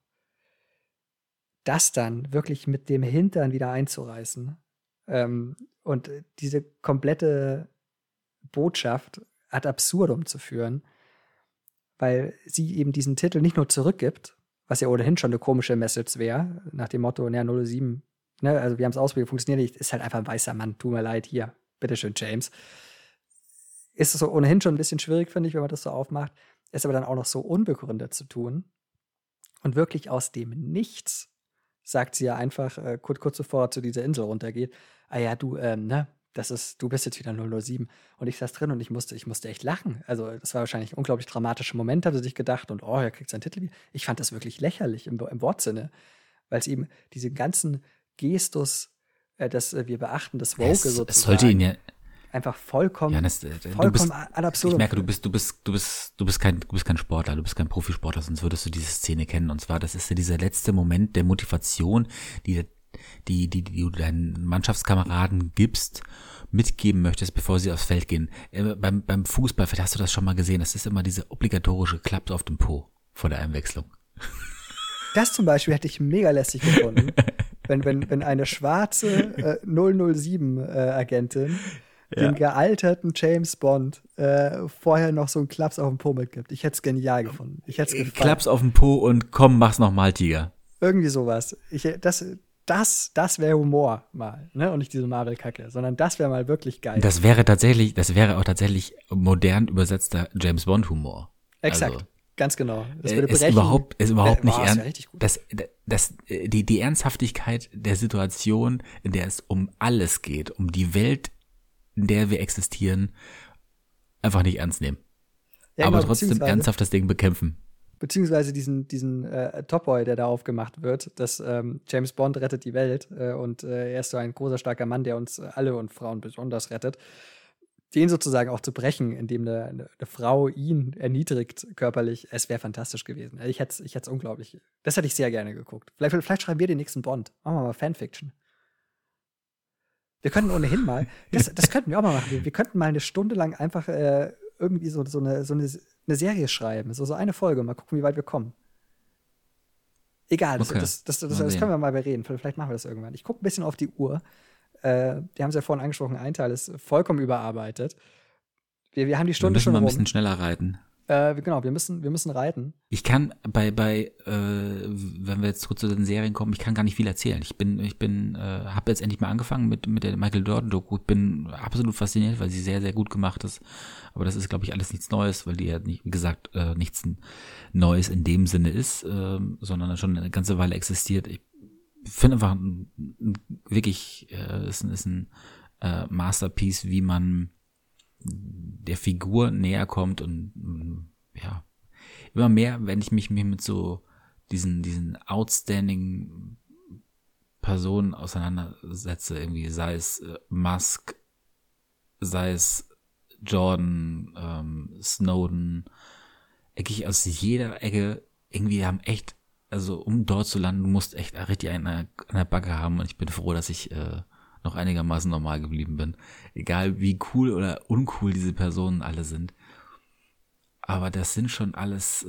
Das dann wirklich mit dem Hintern wieder einzureißen und diese komplette Botschaft ad absurdum zu führen, weil sie eben diesen Titel nicht nur zurückgibt, was ja ohnehin schon eine komische Message wäre, nach dem Motto, 07, ne, also wir haben es ausprobiert, funktioniert nicht, ist halt einfach ein weißer Mann, tut mir leid, hier, bitteschön, James. Ist es so ohnehin schon ein bisschen schwierig, finde ich, wenn man das so aufmacht, ist aber dann auch noch so unbegründet zu tun und wirklich aus dem Nichts sagt sie ja einfach, kurz bevor er zu dieser Insel runtergeht, du, du bist jetzt wieder 007. Und ich saß drin und ich musste echt lachen. Also das war wahrscheinlich ein unglaublich dramatischer Moment, hat er sich gedacht. Und er kriegt seinen Titel wieder. Ich fand das wirklich lächerlich im Wortsinne. Weil es eben diesen ganzen Gestus, dass wir beachten, das Woke sozusagen. Es sollte ihn ja einfach vollkommen ad absurdum. Ich merke, du bist kein Sportler, du bist kein Profisportler, sonst würdest du diese Szene kennen. Und zwar, das ist ja dieser letzte Moment der Motivation, die du deinen Mannschaftskameraden mitgeben möchtest, bevor sie aufs Feld gehen. Beim Fußball, vielleicht hast du das schon mal gesehen, das ist immer diese obligatorische Klaps auf dem Po vor der Einwechslung. Das zum Beispiel hätte ich mega lästig gefunden, wenn eine schwarze 007-Agentin den gealterten James Bond vorher noch so einen Klaps auf den Po mitgibt. Ich hätte es genial gefunden. Klaps auf den Po und komm, mach's nochmal, Tiger. Irgendwie sowas. Das wäre Humor mal, ne? Und nicht diese Marvel-Kacke, sondern das wäre mal wirklich geil. Das wäre auch tatsächlich modern übersetzter James Bond-Humor. Exakt. Also, ganz genau. Das würde ist überhaupt nicht ernst. Die Ernsthaftigkeit der Situation, in der es um alles geht, um die Welt, in der wir existieren, einfach nicht ernst nehmen. Ja, aber trotzdem ernsthaft das Ding bekämpfen. beziehungsweise diesen Topboy, der da aufgemacht wird, dass James Bond rettet die Welt und er ist so ein großer, starker Mann, der uns alle und Frauen besonders rettet. Den sozusagen auch zu brechen, indem eine Frau ihn erniedrigt körperlich, es wäre fantastisch gewesen. Ich hätte es unglaublich, das hätte ich sehr gerne geguckt. Vielleicht schreiben wir den nächsten Bond. Machen wir mal Fanfiction. Wir könnten ohnehin mal, das könnten wir auch mal machen. Wir könnten mal eine Stunde lang einfach irgendwie so eine Serie schreiben, so eine Folge, mal gucken, wie weit wir kommen. Egal, das können wir mal bereden. Vielleicht machen wir das irgendwann. Ich gucke ein bisschen auf die Uhr. Wir haben es ja vorhin angesprochen, ein Teil ist vollkommen überarbeitet. Wir haben die Stunde schon rum. Wir müssen mal ein rum. bisschen schneller reiten. Genau, wir müssen reiten. Ich kann wenn wir jetzt kurz zu den Serien kommen, ich kann gar nicht viel erzählen. Habe jetzt endlich mal angefangen mit der Michael Jordan-Doku. Ich bin absolut fasziniert, weil sie sehr, sehr gut gemacht ist. Aber das ist, glaube ich, alles nichts Neues, weil die ja, wie gesagt, nichts Neues in dem Sinne ist, sondern schon eine ganze Weile existiert. Ich finde einfach wirklich, ist ein Masterpiece, wie man der Figur näher kommt und ja, immer mehr, wenn ich mich mit so diesen outstanding Personen auseinandersetze, irgendwie, sei es Musk, sei es Jordan, Snowden, eigentlich aus jeder Ecke, irgendwie haben echt, also um dort zu landen, du musst echt richtig an der Backe haben und ich bin froh, dass ich noch einigermaßen normal geblieben bin. Egal wie cool oder uncool diese Personen alle sind. Aber das sind schon alles,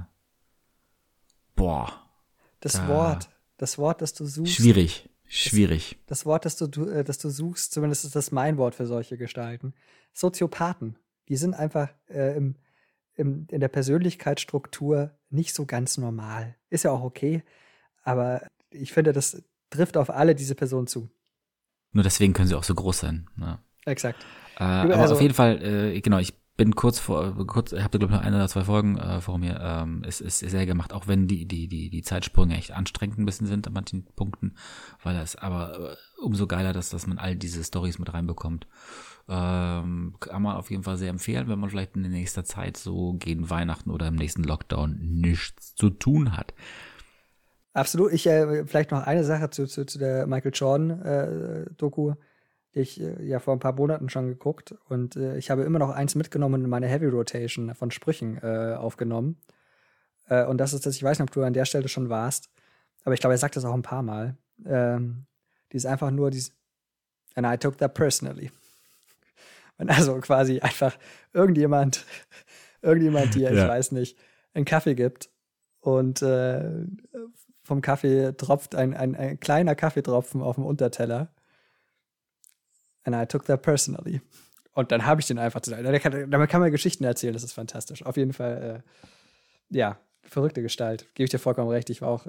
Das Wort, das du suchst. Schwierig. Das Wort, das du suchst, zumindest ist das mein Wort für solche Gestalten. Soziopathen. Die sind einfach in der Persönlichkeitsstruktur nicht so ganz normal. Ist ja auch okay. Aber ich finde, das trifft auf alle diese Personen zu. Nur deswegen können sie auch so groß sein. Ja. Exakt. Aber auf jeden Fall, genau, ich bin ich habe glaube ich noch 1 oder 2 Folgen vor mir. Es ist sehr gemacht, auch wenn die Zeitsprünge echt anstrengend ein bisschen sind an manchen Punkten, weil das aber umso geiler, dass man all diese Storys mit reinbekommt. Kann man auf jeden Fall sehr empfehlen, wenn man vielleicht in nächster Zeit so gegen Weihnachten oder im nächsten Lockdown nichts zu tun hat. Absolut. Ich vielleicht noch eine Sache zu der Michael Jordan Doku, die ich ja vor ein paar Monaten schon geguckt und ich habe immer noch eins mitgenommen und in meine Heavy Rotation von Sprüchen aufgenommen. Und das ist das, ich weiß nicht, ob du an der Stelle schon warst, aber ich glaube, er sagt das auch ein paar Mal. Die ist einfach nur and I took that personally. Und also quasi einfach irgendjemand dir, ich weiß nicht, einen Kaffee gibt und vom Kaffee tropft ein kleiner Kaffeetropfen auf dem Unterteller. And I took that personally. Und dann habe ich den einfach damit kann man Geschichten erzählen, das ist fantastisch. Auf jeden Fall, verrückte Gestalt. Gebe ich dir vollkommen recht. Ich war auch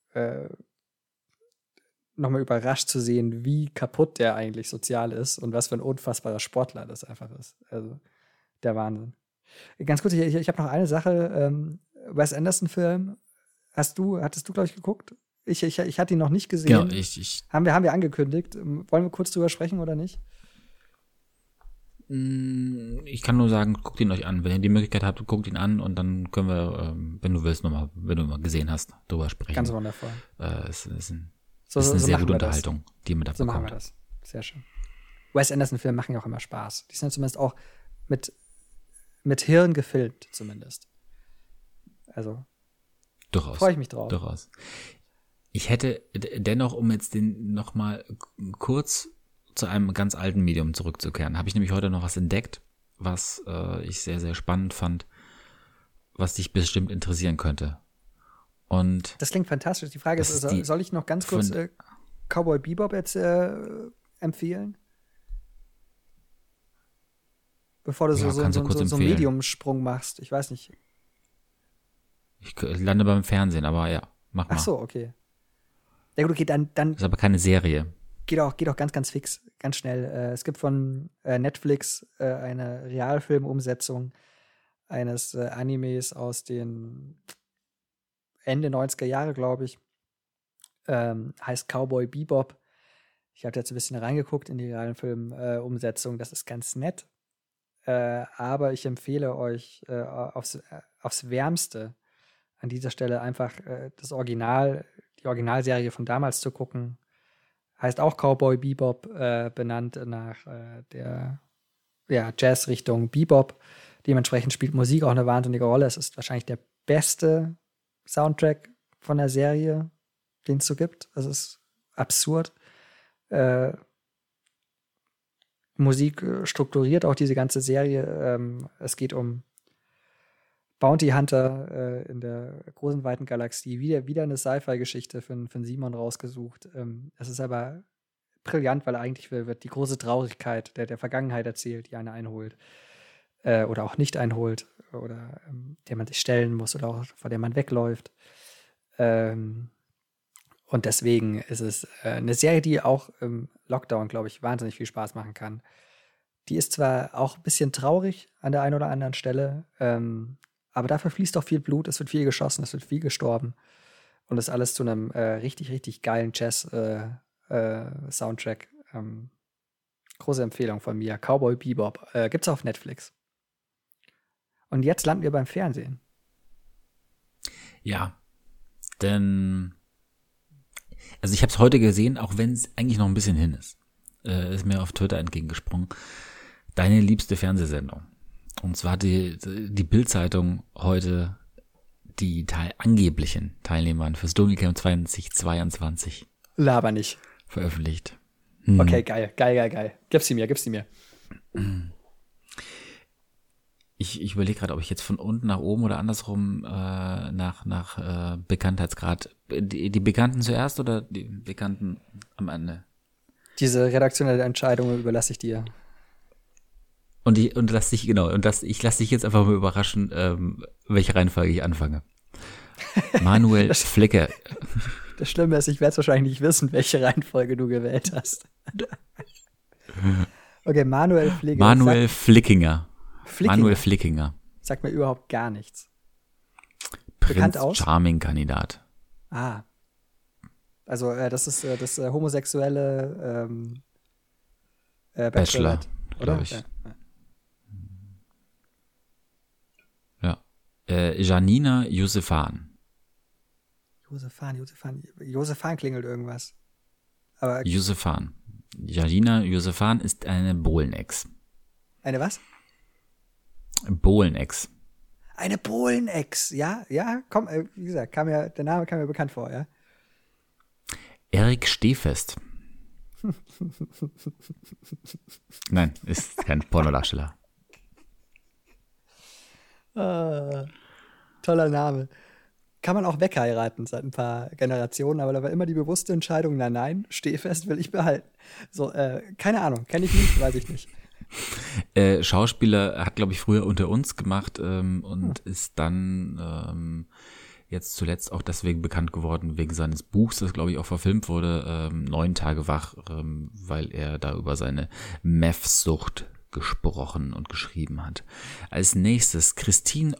nochmal überrascht zu sehen, wie kaputt der eigentlich sozial ist und was für ein unfassbarer Sportler das einfach ist. Also, der Wahnsinn. Ganz kurz, ich habe noch eine Sache. Wes Anderson-Film. Hattest du, glaube ich, geguckt? Ich hatte ihn noch nicht gesehen. Ja, Haben wir angekündigt. Wollen wir kurz drüber sprechen oder nicht? Ich kann nur sagen, guckt ihn euch an. Wenn ihr die Möglichkeit habt, guckt ihn an und dann können wir, wenn du willst, nochmal, wenn du mal gesehen hast, drüber sprechen. Ganz wundervoll. Es ist eine sehr gute Unterhaltung, die ihr mit abbekommt. So machen wir das. Sehr schön. Wes Anderson-Filme machen ja auch immer Spaß. Die sind zumindest auch mit Hirn gefilmt, zumindest. Also, durchaus. Freue ich mich drauf. Durchaus. Ich hätte dennoch, um jetzt den nochmal kurz zu einem ganz alten Medium zurückzukehren, habe ich nämlich heute noch was entdeckt, was ich sehr, sehr spannend fand, was dich bestimmt interessieren könnte. Und das klingt fantastisch. Die Frage ist, soll ich noch ganz kurz Cowboy Bebop jetzt empfehlen? Bevor du so einen Mediumsprung machst. Ich weiß nicht. Ich lande beim Fernsehen, aber ja, mach mal. Ach so, okay. Ja gut, okay, dann. Das ist aber keine Serie. Geht auch ganz, ganz fix, ganz schnell. Es gibt von Netflix eine Realfilmumsetzung eines Animes aus den Ende 90er Jahre, glaube ich. Heißt Cowboy Bebop. Ich habe jetzt ein bisschen reingeguckt in die Realfilmumsetzung. Das ist ganz nett. Aber ich empfehle euch aufs Wärmste an dieser Stelle einfach die Originalserie von damals zu gucken. Heißt auch Cowboy Bebop, benannt nach der Jazz-Richtung Bebop. Dementsprechend spielt Musik auch eine wahnsinnige Rolle. Es ist wahrscheinlich der beste Soundtrack von der Serie, den es so gibt. Es ist absurd. Musik strukturiert auch diese ganze Serie. Es geht um Bounty Hunter in der großen, weiten Galaxie. Wieder eine Sci-Fi-Geschichte von Simon rausgesucht. Es ist aber brillant, weil eigentlich wird die große Traurigkeit der Vergangenheit erzählt, die einen einholt. Oder auch nicht einholt. Oder der man sich stellen muss oder auch vor der man wegläuft. Und deswegen ist es eine Serie, die auch im Lockdown, glaube ich, wahnsinnig viel Spaß machen kann. Die ist zwar auch ein bisschen traurig an der einen oder anderen Stelle, aber dafür fließt auch viel Blut, es wird viel geschossen, es wird viel gestorben. Und das alles zu einem richtig, richtig geilen Jazz-Soundtrack. Große Empfehlung von mir. Cowboy Bebop. Gibt's auf Netflix. Und jetzt landen wir beim Fernsehen. Ja, denn also ich habe es heute gesehen, auch wenn es eigentlich noch ein bisschen hin ist. Ist mir auf Twitter entgegengesprungen. Deine liebste Fernsehsendung. Und zwar die Bild-Zeitung heute die angeblichen Teilnehmern fürs Dschungelcamp 2022 Laber nicht. veröffentlicht. Okay, geil. Gib sie mir. Ich überlege gerade, ob ich jetzt von unten nach oben oder andersrum nach Bekanntheitsgrad. Die Bekannten zuerst oder die Bekannten am Ende? Diese redaktionelle Entscheidung überlasse ich dir. Ich lasse dich jetzt einfach mal überraschen, welche Reihenfolge ich anfange. Manuel Flicker. Das Schlimme ist, ich werde es wahrscheinlich nicht wissen, welche Reihenfolge du gewählt hast. Okay, Manuel Flickinger. Manuel Flickinger. Sagt mir überhaupt gar nichts. Prinz Charming-Kandidat. Ah. Also, das ist das homosexuelle Bachelor, glaube ich. Ja. Janina Yousefan. Yousefan klingelt irgendwas. Aber Yousefan. Janina Yousefan ist eine Bohlen-Ex. Eine was? Bohlen-Ex. Eine Bohlen-Ex, ja, komm, wie gesagt, der Name kam mir bekannt vor, ja. Erik Stehfest. Nein, ist kein Pornodarsteller. Toller Name. Kann man auch wegheiraten seit ein paar Generationen, aber da war immer die bewusste Entscheidung, nein, Stehfest will ich behalten. So, keine Ahnung, kenne ich nicht, weiß ich nicht. Schauspieler hat, glaube ich, früher Unter uns gemacht und ist dann jetzt zuletzt auch deswegen bekannt geworden, wegen seines Buchs, das, glaube ich, auch verfilmt wurde, 9 Tage wach, weil er da über seine Meth-Sucht gesprochen und geschrieben hat. Als nächstes Christine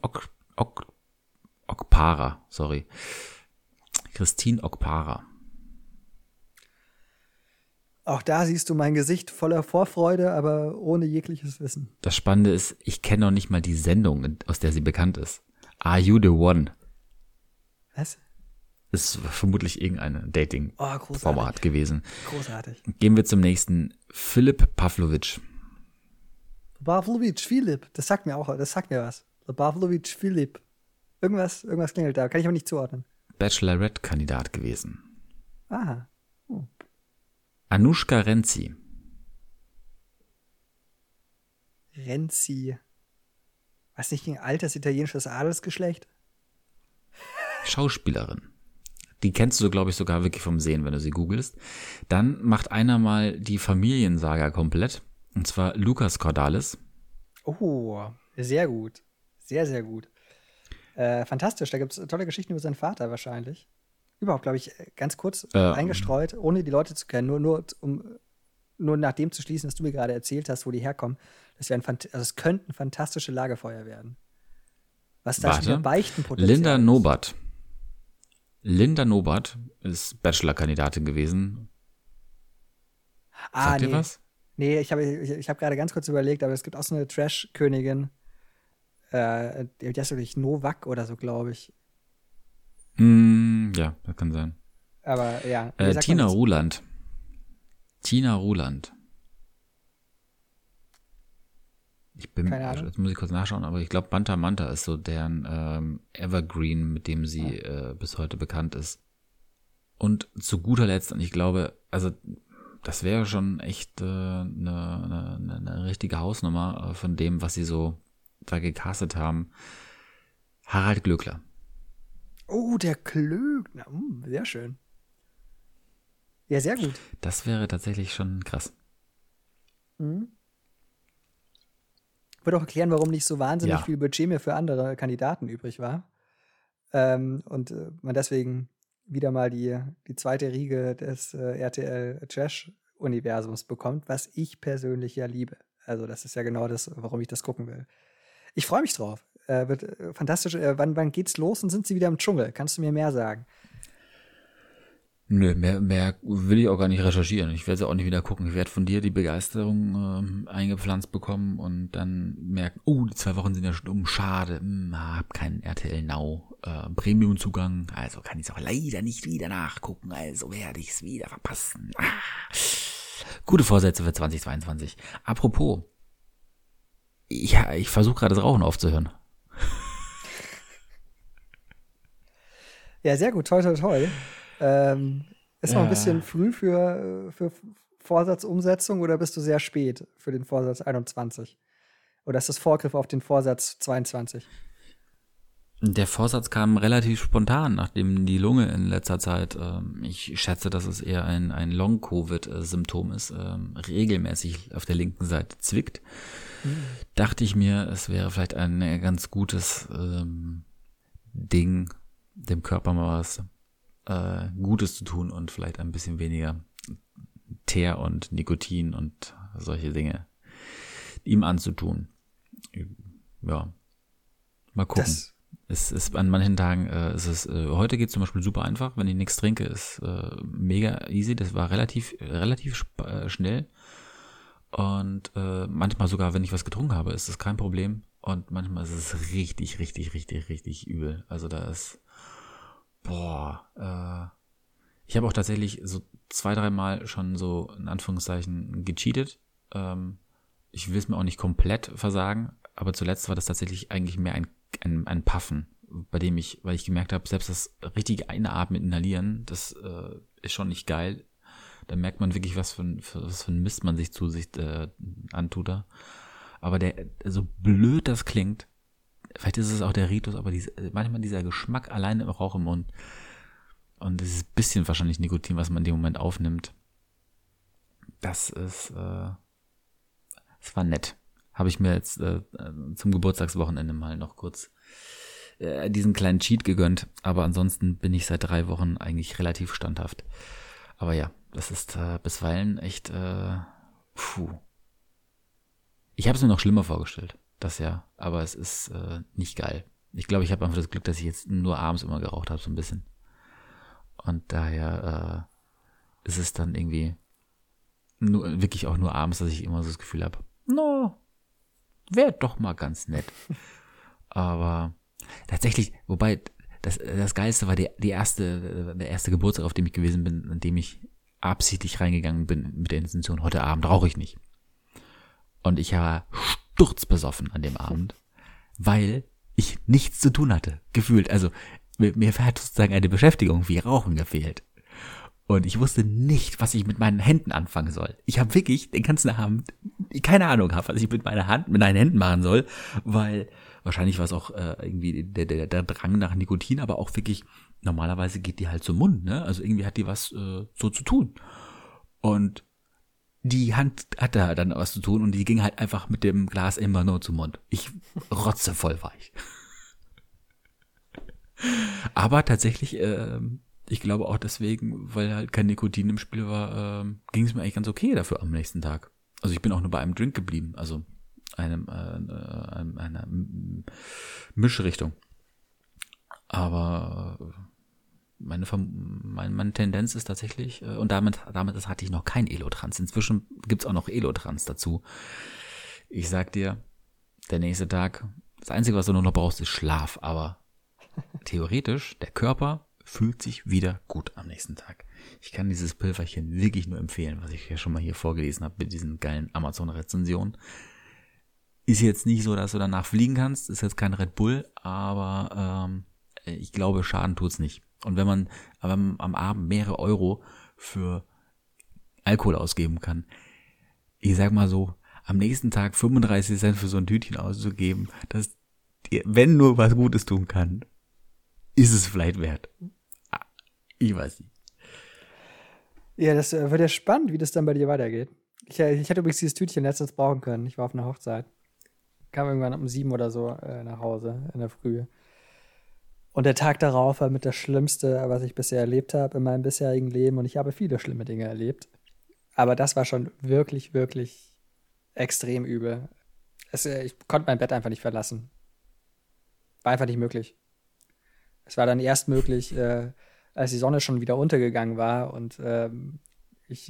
Okpara. Christine Okpara. Auch da siehst du mein Gesicht voller Vorfreude, aber ohne jegliches Wissen. Das Spannende ist, ich kenne noch nicht mal die Sendung, aus der sie bekannt ist. Are You the One? Was? Ist vermutlich irgendein Dating-Format gewesen. Großartig. Gehen wir zum nächsten. Philipp Pavlovic. Philipp. Das sagt mir was. Pavlovic Philipp. Irgendwas klingelt da. Kann ich aber nicht zuordnen. Bachelorette-Kandidat gewesen. Aha. Anushka Renzi. Was nicht ein altes italienisches Adelsgeschlecht? Schauspielerin. Die kennst du, glaube ich, sogar wirklich vom Sehen, wenn du sie googelst. Dann macht einer mal die Familiensaga komplett. Und zwar Lukas Cordalis. Oh, sehr gut. Sehr, sehr gut. Fantastisch. Da gibt es tolle Geschichten über seinen Vater wahrscheinlich. Überhaupt, glaube ich, ganz kurz eingestreut, ohne die Leute zu kennen, nur nach dem zu schließen, was du mir gerade erzählt hast, wo die herkommen. Es könnten fantastische Lagerfeuer werden. Was da schon Beichtenpotenzial ist. Linda Nobat ist Bachelor-Kandidatin gewesen. Sagt ihr was? Nee, ich hab gerade ganz kurz überlegt, aber es gibt auch so eine Trash-Königin. Die heißt wirklich Novak oder so, glaube ich. Ja, das kann sein. Aber ja. Tina Ruland. Jetzt muss ich kurz nachschauen, aber ich glaube, Manta Manta ist so deren Evergreen, mit dem sie bis heute bekannt ist. Und zu guter Letzt, und ich glaube, also das wäre schon echt eine richtige Hausnummer von dem, was sie so da gecastet haben. Harald Glöckler. Oh, der Klöckner. Sehr schön. Ja, sehr gut. Das wäre tatsächlich schon krass. Mhm. Würde auch erklären, warum nicht so wahnsinnig viel Budget mehr für andere Kandidaten übrig war. Und man deswegen wieder mal die zweite Riege des RTL-Trash-Universums bekommt, was ich persönlich ja liebe. Also das ist ja genau das, warum ich das gucken will. Ich freue mich drauf. Wird fantastisch. Wann geht's los und sind sie wieder im Dschungel? Kannst du mir mehr sagen? Nö, mehr will ich auch gar nicht recherchieren. Ich werde es auch nicht wieder gucken. Ich werde von dir die Begeisterung eingepflanzt bekommen und dann merken, die 2 Wochen sind ja schon um, schade, hab keinen RTL Now Premium-Zugang, also kann ich es auch leider nicht wieder nachgucken, also werde ich es wieder verpassen. Gute Vorsätze für 2022. Apropos, ich versuche gerade das Rauchen aufzuhören. Ja, sehr gut, toi, toi, toi. Ist noch ein bisschen früh für Vorsatzumsetzung oder bist du sehr spät für den Vorsatz 21? Oder ist das Vorgriff auf den Vorsatz 22? Der Vorsatz kam relativ spontan, nachdem die Lunge in letzter Zeit, ich schätze, dass es eher ein Long-Covid-Symptom ist, regelmäßig auf der linken Seite zwickt. Dachte ich mir, es wäre vielleicht ein ganz gutes Ding, dem Körper mal was Gutes zu tun und vielleicht ein bisschen weniger Teer und Nikotin und solche Dinge ihm anzutun. Ja, mal gucken. Es ist an manchen Tagen, heute geht es zum Beispiel super einfach, wenn ich nichts trinke, ist mega easy. Das war relativ schnell. Und manchmal sogar, wenn ich was getrunken habe, ist das kein Problem. Und manchmal ist es richtig, richtig, richtig, richtig übel. Also da ist ich habe auch tatsächlich so 2-3 Mal schon so in Anführungszeichen gecheatet. Ich will es mir auch nicht komplett versagen, aber zuletzt war das tatsächlich eigentlich mehr ein Puffen, weil ich gemerkt habe, selbst das richtige Einatmen, Inhalieren, das ist schon nicht geil. Da merkt man wirklich, was für ein Mist man sich zu sich antut da. Aber so blöd das klingt, vielleicht ist es auch der Ritus, aber manchmal dieser Geschmack allein im Rauch im Mund und dieses bisschen wahrscheinlich Nikotin, was man in dem Moment aufnimmt, das ist, es war nett. Habe ich mir jetzt zum Geburtstagswochenende mal noch kurz diesen kleinen Cheat gegönnt, aber ansonsten bin ich seit 3 Wochen eigentlich relativ standhaft. Aber ja, das ist bisweilen echt, Ich habe es mir noch schlimmer vorgestellt. Das ja, aber es ist nicht geil. Ich glaube, ich habe einfach das Glück, dass ich jetzt nur abends immer geraucht habe, so ein bisschen. Und daher ist es dann irgendwie wirklich auch nur abends, dass ich immer so das Gefühl habe, wäre doch mal ganz nett. Aber tatsächlich, wobei das Geilste war der erste Geburtstag, auf dem ich gewesen bin, an dem ich absichtlich reingegangen bin mit der Intention, heute Abend rauche ich nicht. Und ich war sturzbesoffen an dem Abend, weil ich nichts zu tun hatte, gefühlt. Also mir hat sozusagen eine Beschäftigung wie Rauchen gefehlt. Und ich wusste nicht, was ich mit meinen Händen anfangen soll. Ich habe wirklich den ganzen Abend keine Ahnung gehabt, was ich mit meinen Händen machen soll, weil wahrscheinlich war es auch irgendwie der Drang nach Nikotin, aber auch wirklich, normalerweise geht die halt zum Mund, ne? Also irgendwie hat die was so zu tun. Und die Hand hatte dann was zu tun und die ging halt einfach mit dem Glas immer nur zum Mund. Ich rotzevoll war ich. Aber tatsächlich, ich glaube auch deswegen, weil halt kein Nikotin im Spiel war, ging es mir eigentlich ganz okay dafür am nächsten Tag. Also ich bin auch nur bei einem Drink geblieben, also einer Mischrichtung. Aber meine Tendenz ist tatsächlich, und damit hatte ich noch kein Elotrans. Inzwischen gibt's auch noch Elotrans dazu. Ich sag dir, der nächste Tag, das Einzige, was du nur noch brauchst, ist Schlaf. Aber theoretisch, der Körper fühlt sich wieder gut am nächsten Tag. Ich kann dieses Pilferchen wirklich nur empfehlen, was ich ja schon mal hier vorgelesen habe mit diesen geilen Amazon-Rezensionen. Ist jetzt nicht so, dass du danach fliegen kannst, ist jetzt kein Red Bull, aber ich glaube, Schaden tut's nicht. Und wenn man am Abend mehrere Euro für Alkohol ausgeben kann, ich sag mal so, am nächsten Tag 35 Cent für so ein Tütchen auszugeben, das, wenn nur was Gutes tun kann, ist es vielleicht wert. Ich weiß nicht. Ja, das wird ja spannend, wie das dann bei dir weitergeht. Ich hätte übrigens dieses Tütchen letztens brauchen können. Ich war auf einer Hochzeit. Kam irgendwann um 7 oder so nach Hause in der Früh. Und der Tag darauf war mit das Schlimmste, was ich bisher erlebt habe in meinem bisherigen Leben. Und ich habe viele schlimme Dinge erlebt. Aber das war schon wirklich, wirklich extrem übel. Ich konnte mein Bett einfach nicht verlassen. War einfach nicht möglich. Es war dann erst möglich, als die Sonne schon wieder untergegangen war und ich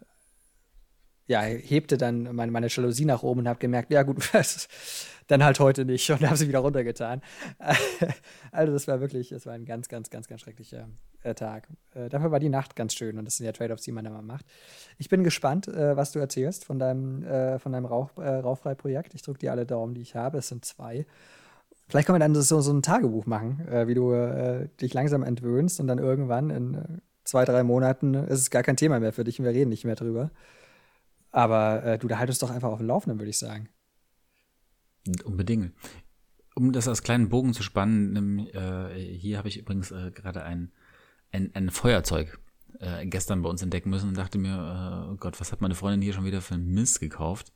hebte dann meine Jalousie nach oben und habe gemerkt, ja gut, dann halt heute nicht und habe sie wieder runtergetan. Also das war ein ganz, ganz, ganz, ganz schrecklicher Tag. Dafür war die Nacht ganz schön und das sind ja Trade-offs, die man immer macht. Ich bin gespannt, was du erzählst von deinem Rauchfrei-Projekt. Ich drücke dir alle Daumen, die ich habe. Es sind 2. Vielleicht können wir dann so ein Tagebuch machen, wie du dich langsam entwöhnst und dann irgendwann in 2-3 Monaten ist es gar kein Thema mehr für dich und wir reden nicht mehr drüber. Aber da halt uns doch einfach auf dem Laufenden, würde ich sagen. Unbedingt. Um das als kleinen Bogen zu spannen, hier habe ich übrigens gerade ein Feuerzeug gestern bei uns entdecken müssen und dachte mir, oh Gott, was hat meine Freundin hier schon wieder für einen Mist gekauft?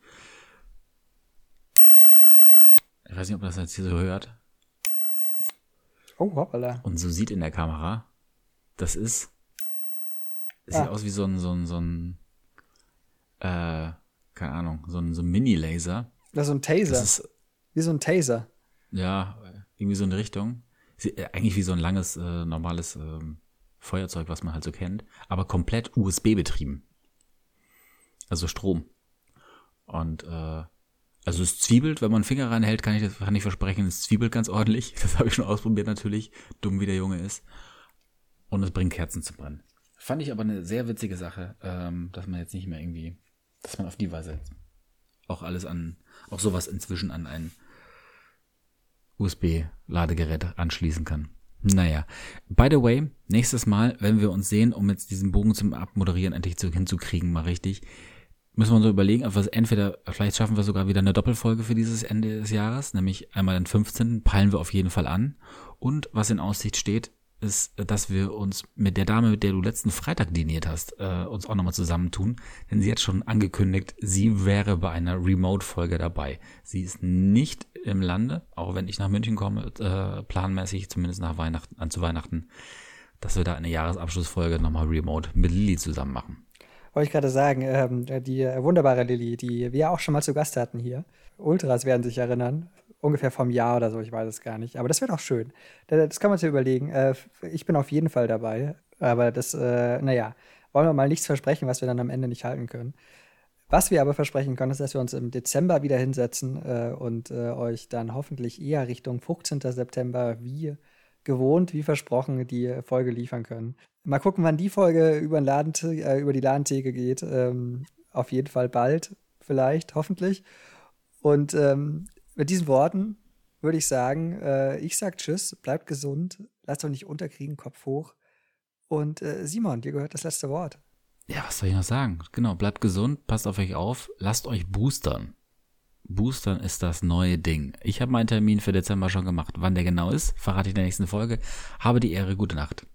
Ich weiß nicht, ob man das jetzt hier so hört. Oh, hoppala. Und so sieht in der Kamera, das sieht aus wie so ein keine Ahnung, so ein Mini-Laser. Das ist so ein Taser. Wie so ein Taser. Ja, irgendwie so eine Richtung. Eigentlich wie so ein langes, normales Feuerzeug, was man halt so kennt, aber komplett USB betrieben. Also Strom. Und also es zwiebelt, wenn man einen Finger reinhält, kann ich versprechen, es zwiebelt ganz ordentlich. Das habe ich schon ausprobiert natürlich, dumm wie der Junge ist. Und es bringt Kerzen zu brennen. Fand ich aber eine sehr witzige Sache, dass man jetzt nicht mehr irgendwie, dass man auf die Weise auch sowas inzwischen an ein USB-Ladegerät anschließen kann. Naja, by the way, nächstes Mal, wenn wir uns sehen, um jetzt diesen Bogen zum Abmoderieren endlich hinzukriegen, mal richtig, müssen wir uns so überlegen, ob wir vielleicht schaffen wir sogar wieder eine Doppelfolge für dieses Ende des Jahres, nämlich einmal den 15. peilen wir auf jeden Fall an. Und was in Aussicht steht, ist, dass wir uns mit der Dame, mit der du letzten Freitag diniert hast, uns auch nochmal zusammentun. Denn sie hat schon angekündigt, sie wäre bei einer Remote-Folge dabei. Sie ist nicht im Lande, auch wenn ich nach München komme, planmäßig, zumindest zu Weihnachten, dass wir da eine Jahresabschlussfolge nochmal remote mit Lilly zusammen machen. Wollte ich gerade sagen, die wunderbare Lilly, die wir auch schon mal zu Gast hatten hier. Ultras werden sich erinnern. Ungefähr vom Jahr oder so, ich weiß es gar nicht. Aber das wird auch schön. Das kann man sich überlegen. Ich bin auf jeden Fall dabei. Aber das, wollen wir mal nichts versprechen, was wir dann am Ende nicht halten können. Was wir aber versprechen können, ist, dass wir uns im Dezember wieder hinsetzen und euch dann hoffentlich eher Richtung 15. September wie gewohnt, wie versprochen, die Folge liefern können. Mal gucken, wann die Folge über die Ladentheke geht. Auf jeden Fall bald, vielleicht, hoffentlich. Und mit diesen Worten würde ich sagen, ich sag Tschüss, bleibt gesund, lasst euch nicht unterkriegen, Kopf hoch. Und Simon, dir gehört das letzte Wort. Ja, was soll ich noch sagen? Genau, bleibt gesund, passt auf euch auf, lasst euch boostern. Boostern ist das neue Ding. Ich habe meinen Termin für Dezember schon gemacht. Wann der genau ist, verrate ich in der nächsten Folge. Habe die Ehre, gute Nacht.